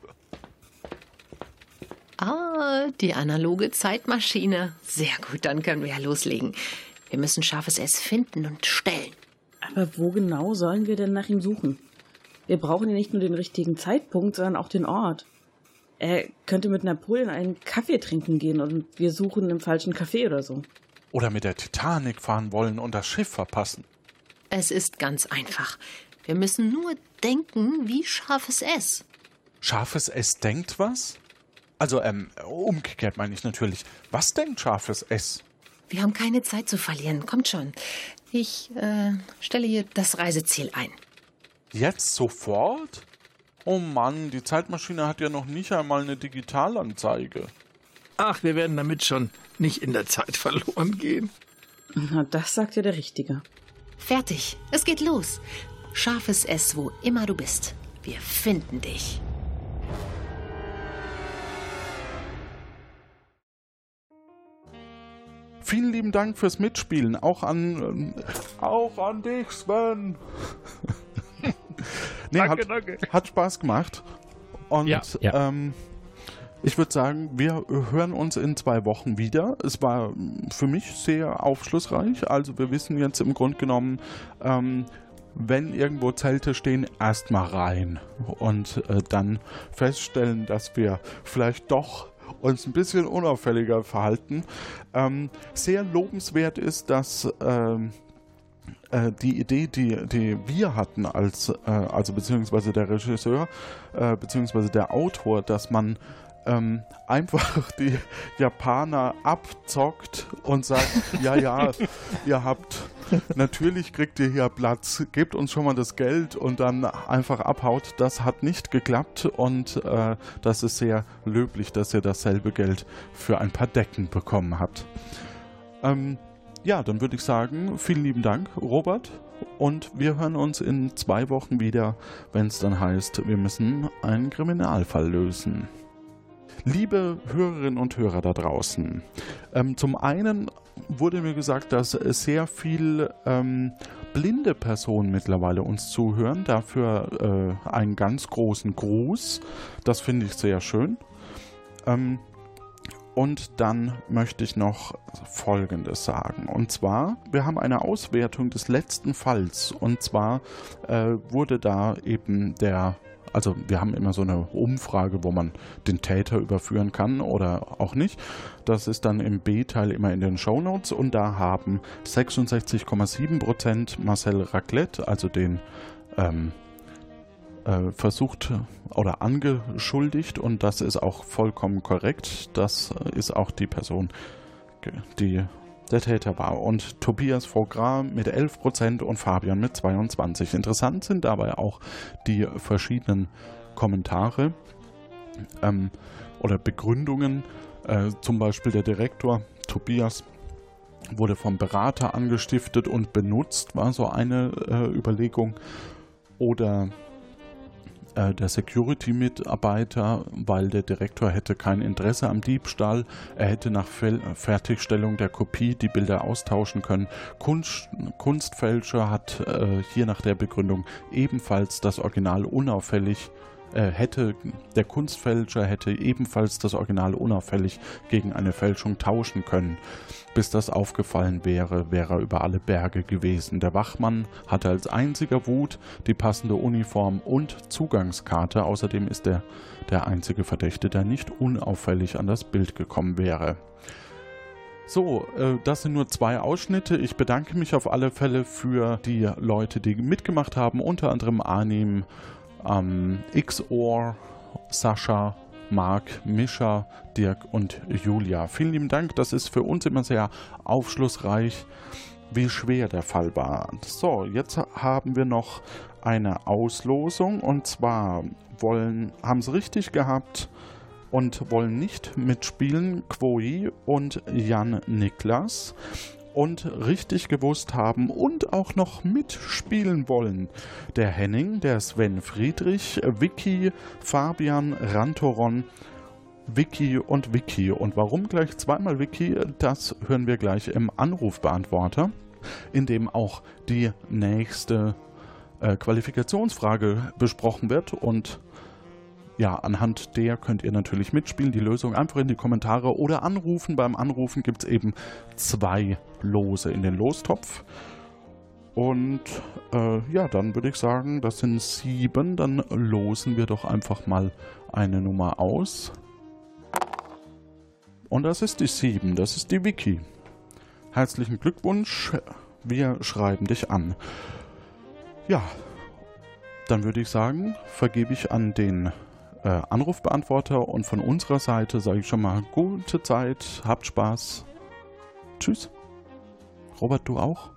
Ah, die analoge Zeitmaschine. Sehr gut, dann können wir ja loslegen. Wir müssen scharfes S finden und stellen. Aber wo genau sollen wir denn nach ihm suchen? Wir brauchen ja nicht nur den richtigen Zeitpunkt, sondern auch den Ort. Er könnte mit Napoleon einen Kaffee trinken gehen und wir suchen im falschen Café oder so. Oder mit der Titanic fahren wollen und das Schiff verpassen. Es ist ganz einfach. Wir müssen nur denken wie scharfes S. Scharfes S denkt was? Also, umgekehrt meine ich natürlich. Was denkt scharfes S? Wir haben keine Zeit zu verlieren. Kommt schon. Ich stelle hier das Reiseziel ein. Jetzt sofort? Oh Mann, die Zeitmaschine hat ja noch nicht einmal eine Digitalanzeige. Ach, wir werden damit schon nicht in der Zeit verloren gehen. Na, das sagt ja der Richtige. Fertig. Es geht los. Scharfes S, wo immer du bist. Wir finden dich. Vielen lieben Dank fürs Mitspielen. Auch an dich, Sven. Nee, danke. Hat Spaß gemacht. Und ja. Ich würde sagen, wir hören uns in 2 Wochen wieder. Es war für mich sehr aufschlussreich. Also wir wissen jetzt im Grunde genommen, wenn irgendwo Zelte stehen, erstmal rein. Und dann feststellen, dass wir vielleicht doch uns ein bisschen unauffälliger verhalten. Sehr lobenswert ist, dass die Idee, die wir hatten, also beziehungsweise der Regisseur, beziehungsweise der Autor, dass man einfach die Japaner abzockt und sagt, ja, ihr habt, natürlich kriegt ihr hier Platz, gebt uns schon mal das Geld und dann einfach abhaut. Das hat nicht geklappt und das ist sehr löblich, dass ihr dasselbe Geld für ein paar Decken bekommen habt. Ja, dann würde ich sagen, vielen lieben Dank, Robert. Und wir hören uns in 2 Wochen wieder, wenn es dann heißt, wir müssen einen Kriminalfall lösen. Liebe Hörerinnen und Hörer da draußen, zum einen wurde mir gesagt, dass sehr viel blinde Personen mittlerweile uns zuhören. Dafür einen ganz großen Gruß. Das finde ich sehr schön. Und dann möchte ich noch Folgendes sagen. Und zwar, wir haben eine Auswertung des letzten Falls. Und zwar wurde da eben also wir haben immer so eine Umfrage, wo man den Täter überführen kann oder auch nicht. Das ist dann im B-Teil immer in den Shownotes. Und da haben 66,7% Marcel Raclette, also den versucht oder angeschuldigt, und das ist auch vollkommen korrekt. Das ist auch die Person, die der Täter war. Und Tobias Vaugras mit 11% und Fabian mit 22%. Interessant sind dabei auch die verschiedenen Kommentare oder Begründungen. Zum Beispiel der Direktor Tobias wurde vom Berater angestiftet und benutzt, war so eine Überlegung. Oder der Security-Mitarbeiter, weil der Direktor hätte kein Interesse am Diebstahl. Er hätte nach Fertigstellung der Kopie die Bilder austauschen können. Kunstfälscher hat hier nach der Begründung ebenfalls das Original unauffällig der Kunstfälscher hätte ebenfalls das Original unauffällig gegen eine Fälschung tauschen können. Bis das aufgefallen wäre, wäre er über alle Berge gewesen. Der Wachmann hatte als einziger Wut die passende Uniform und Zugangskarte. Außerdem ist er der einzige Verdächtige, der nicht unauffällig an das Bild gekommen wäre. So, das sind nur 2 Ausschnitte. Ich bedanke mich auf alle Fälle für die Leute, die mitgemacht haben, unter anderem Arnim, XOR, Sascha, Marc, Mischa, Dirk und Julia. Vielen lieben Dank, das ist für uns immer sehr aufschlussreich, wie schwer der Fall war. So, jetzt haben wir noch eine Auslosung, und zwar haben es richtig gehabt und wollen nicht mitspielen Chloe und Jan Niklas. Und richtig gewusst haben und auch noch mitspielen wollen der Henning, der Sven Friedrich, Vicky, Fabian, Rantoron, Vicky und Vicky. Und warum gleich 2-mal Vicky, das hören wir gleich im Anrufbeantworter, in dem auch die nächste Qualifikationsfrage besprochen wird. Und Ja, anhand der könnt ihr natürlich mitspielen. Die Lösung einfach in die Kommentare oder anrufen. Beim Anrufen gibt es eben 2 Lose in den Lostopf. Und ja, dann würde ich sagen, das sind 7. Dann losen wir doch einfach mal eine Nummer aus. Und das ist die 7, das ist die Vicky. Herzlichen Glückwunsch, wir schreiben dich an. Ja, dann würde ich sagen, vergebe ich an den Anrufbeantworter und von unserer Seite sage ich schon mal gute Zeit, habt Spaß. Tschüss. Robert, du auch?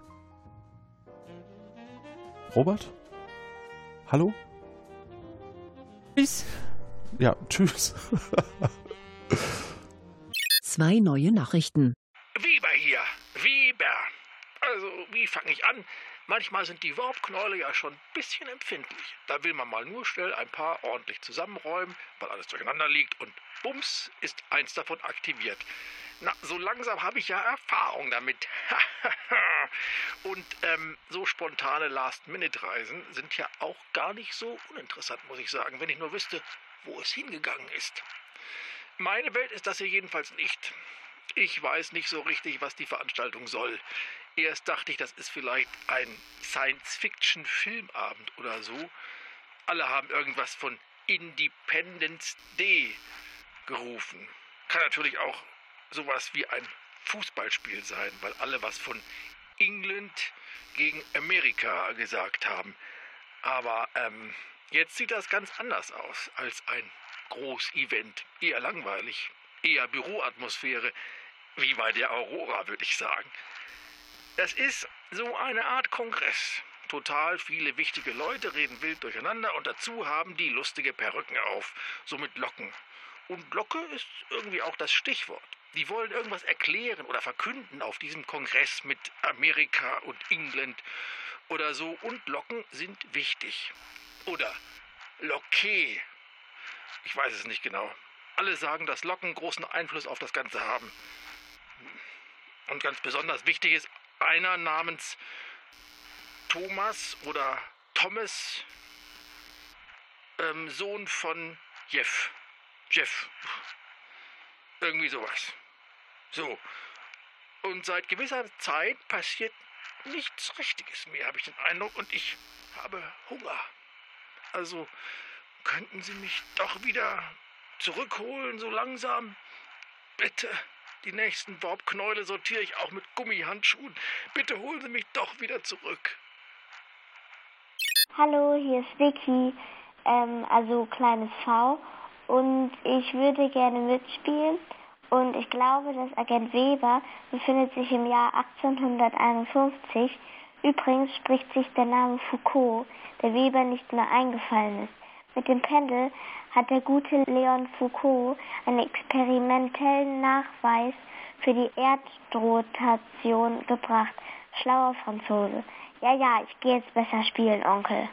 Robert? Hallo? Tschüss. Ja, tschüss. 2 neue Nachrichten. Weber hier. Weber. Also, wie fange ich an? Manchmal sind die Warpknäule ja schon ein bisschen empfindlich. Da will man mal nur schnell ein paar ordentlich zusammenräumen, weil alles durcheinander liegt und bums ist eins davon aktiviert. Na, so langsam habe ich ja Erfahrung damit. Und so spontane Last-Minute-Reisen sind ja auch gar nicht so uninteressant, muss ich sagen, wenn ich nur wüsste, wo es hingegangen ist. Meine Welt ist das hier jedenfalls nicht. Ich weiß nicht so richtig, was die Veranstaltung soll. Erst dachte ich, das ist vielleicht ein Science-Fiction-Filmabend oder so. Alle haben irgendwas von Independence Day gerufen. Kann natürlich auch sowas wie ein Fußballspiel sein, weil alle was von England gegen Amerika gesagt haben. Aber jetzt sieht das ganz anders aus als ein Großevent. Eher langweilig, eher Büroatmosphäre, wie bei der Aurora, würde ich sagen. Das ist so eine Art Kongress. Total viele wichtige Leute reden wild durcheinander und dazu haben die lustige Perücken auf, so mit Locken. Und Locke ist irgendwie auch das Stichwort. Die wollen irgendwas erklären oder verkünden auf diesem Kongress mit Amerika und England oder so. Und Locken sind wichtig. Oder Locke. Ich weiß es nicht genau. Alle sagen, dass Locken großen Einfluss auf das Ganze haben. Und ganz besonders wichtig ist einer namens Thomas oder Thomas, Sohn von Jeff. Irgendwie sowas. So. Und seit gewisser Zeit passiert nichts Richtiges mehr, habe ich den Eindruck. Und ich habe Hunger. Also könnten Sie mich doch wieder zurückholen, so langsam? Bitte. Die nächsten Warpknäule sortiere ich auch mit Gummihandschuhen. Bitte holen Sie mich doch wieder zurück. Hallo, hier ist Vicky, also kleines V. Und ich würde gerne mitspielen. Und ich glaube, dass Agent Weber befindet sich im Jahr 1851. Übrigens spricht sich der Name Foucault, der Weber nicht mehr eingefallen ist. Mit dem Pendel hat der gute Leon Foucault einen experimentellen Nachweis für die Erdrotation gebracht. Schlauer Franzose. Ja, ich gehe jetzt besser spielen, Onkel.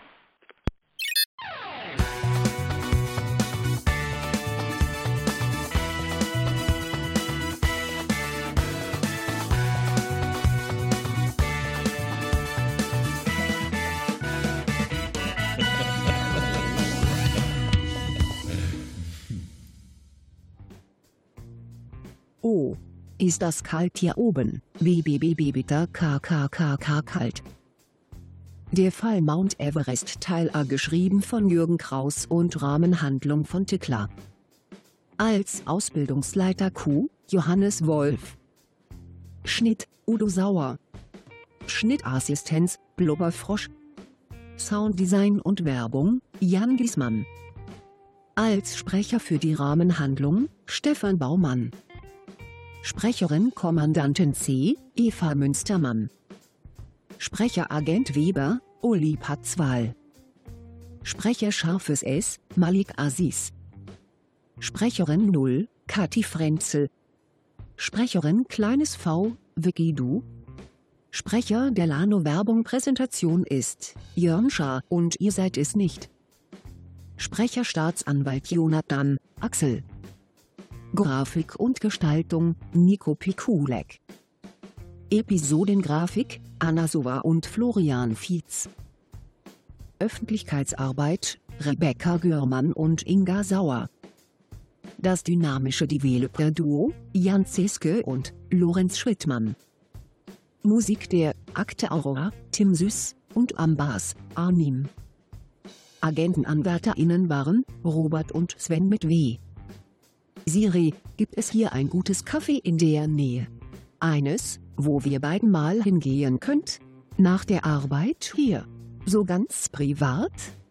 Oh, ist das kalt hier oben? Bitter KKKK kalt. Der Fall Mount Everest Teil A, geschrieben von Jürgen Kraus und Rahmenhandlung von Tickler. Als Ausbildungsleiter Q, Johannes Wolf. Schnitt, Udo Sauer. Schnittassistenz, Blubberfrosch. Sounddesign und Werbung, Jan Giesmann. Als Sprecher für die Rahmenhandlung, Stefan Baumann. Sprecherin Kommandantin C, Eva Münstermann. Sprecher Agent Weber, Uli Patzwal. Sprecher Scharfes S, Malik Aziz. Sprecherin 0, Kathi Frenzel. Sprecherin Kleines V, Vicky Du. Sprecher der Lano-Werbung-Präsentation ist Jörn Schaar und ihr seid es nicht. Sprecher Staatsanwalt Jonathan, Axel. Grafik und Gestaltung, Nico Pikulek. Episodengrafik, Anna Sova und Florian Fietz. Öffentlichkeitsarbeit, Rebecca Görmann und Inga Sauer. Das dynamische Developer-Duo, Jan Zeske und Lorenz Schrittmann. Musik der Akte Aurora, Tim Süß und am Bass, Arnim. AgentenanwärterInnen waren Robert und Sven mit W. Siri, gibt es hier ein gutes Café in der Nähe? Eines, wo wir beiden mal hingehen könnt? Nach der Arbeit hier. So ganz privat?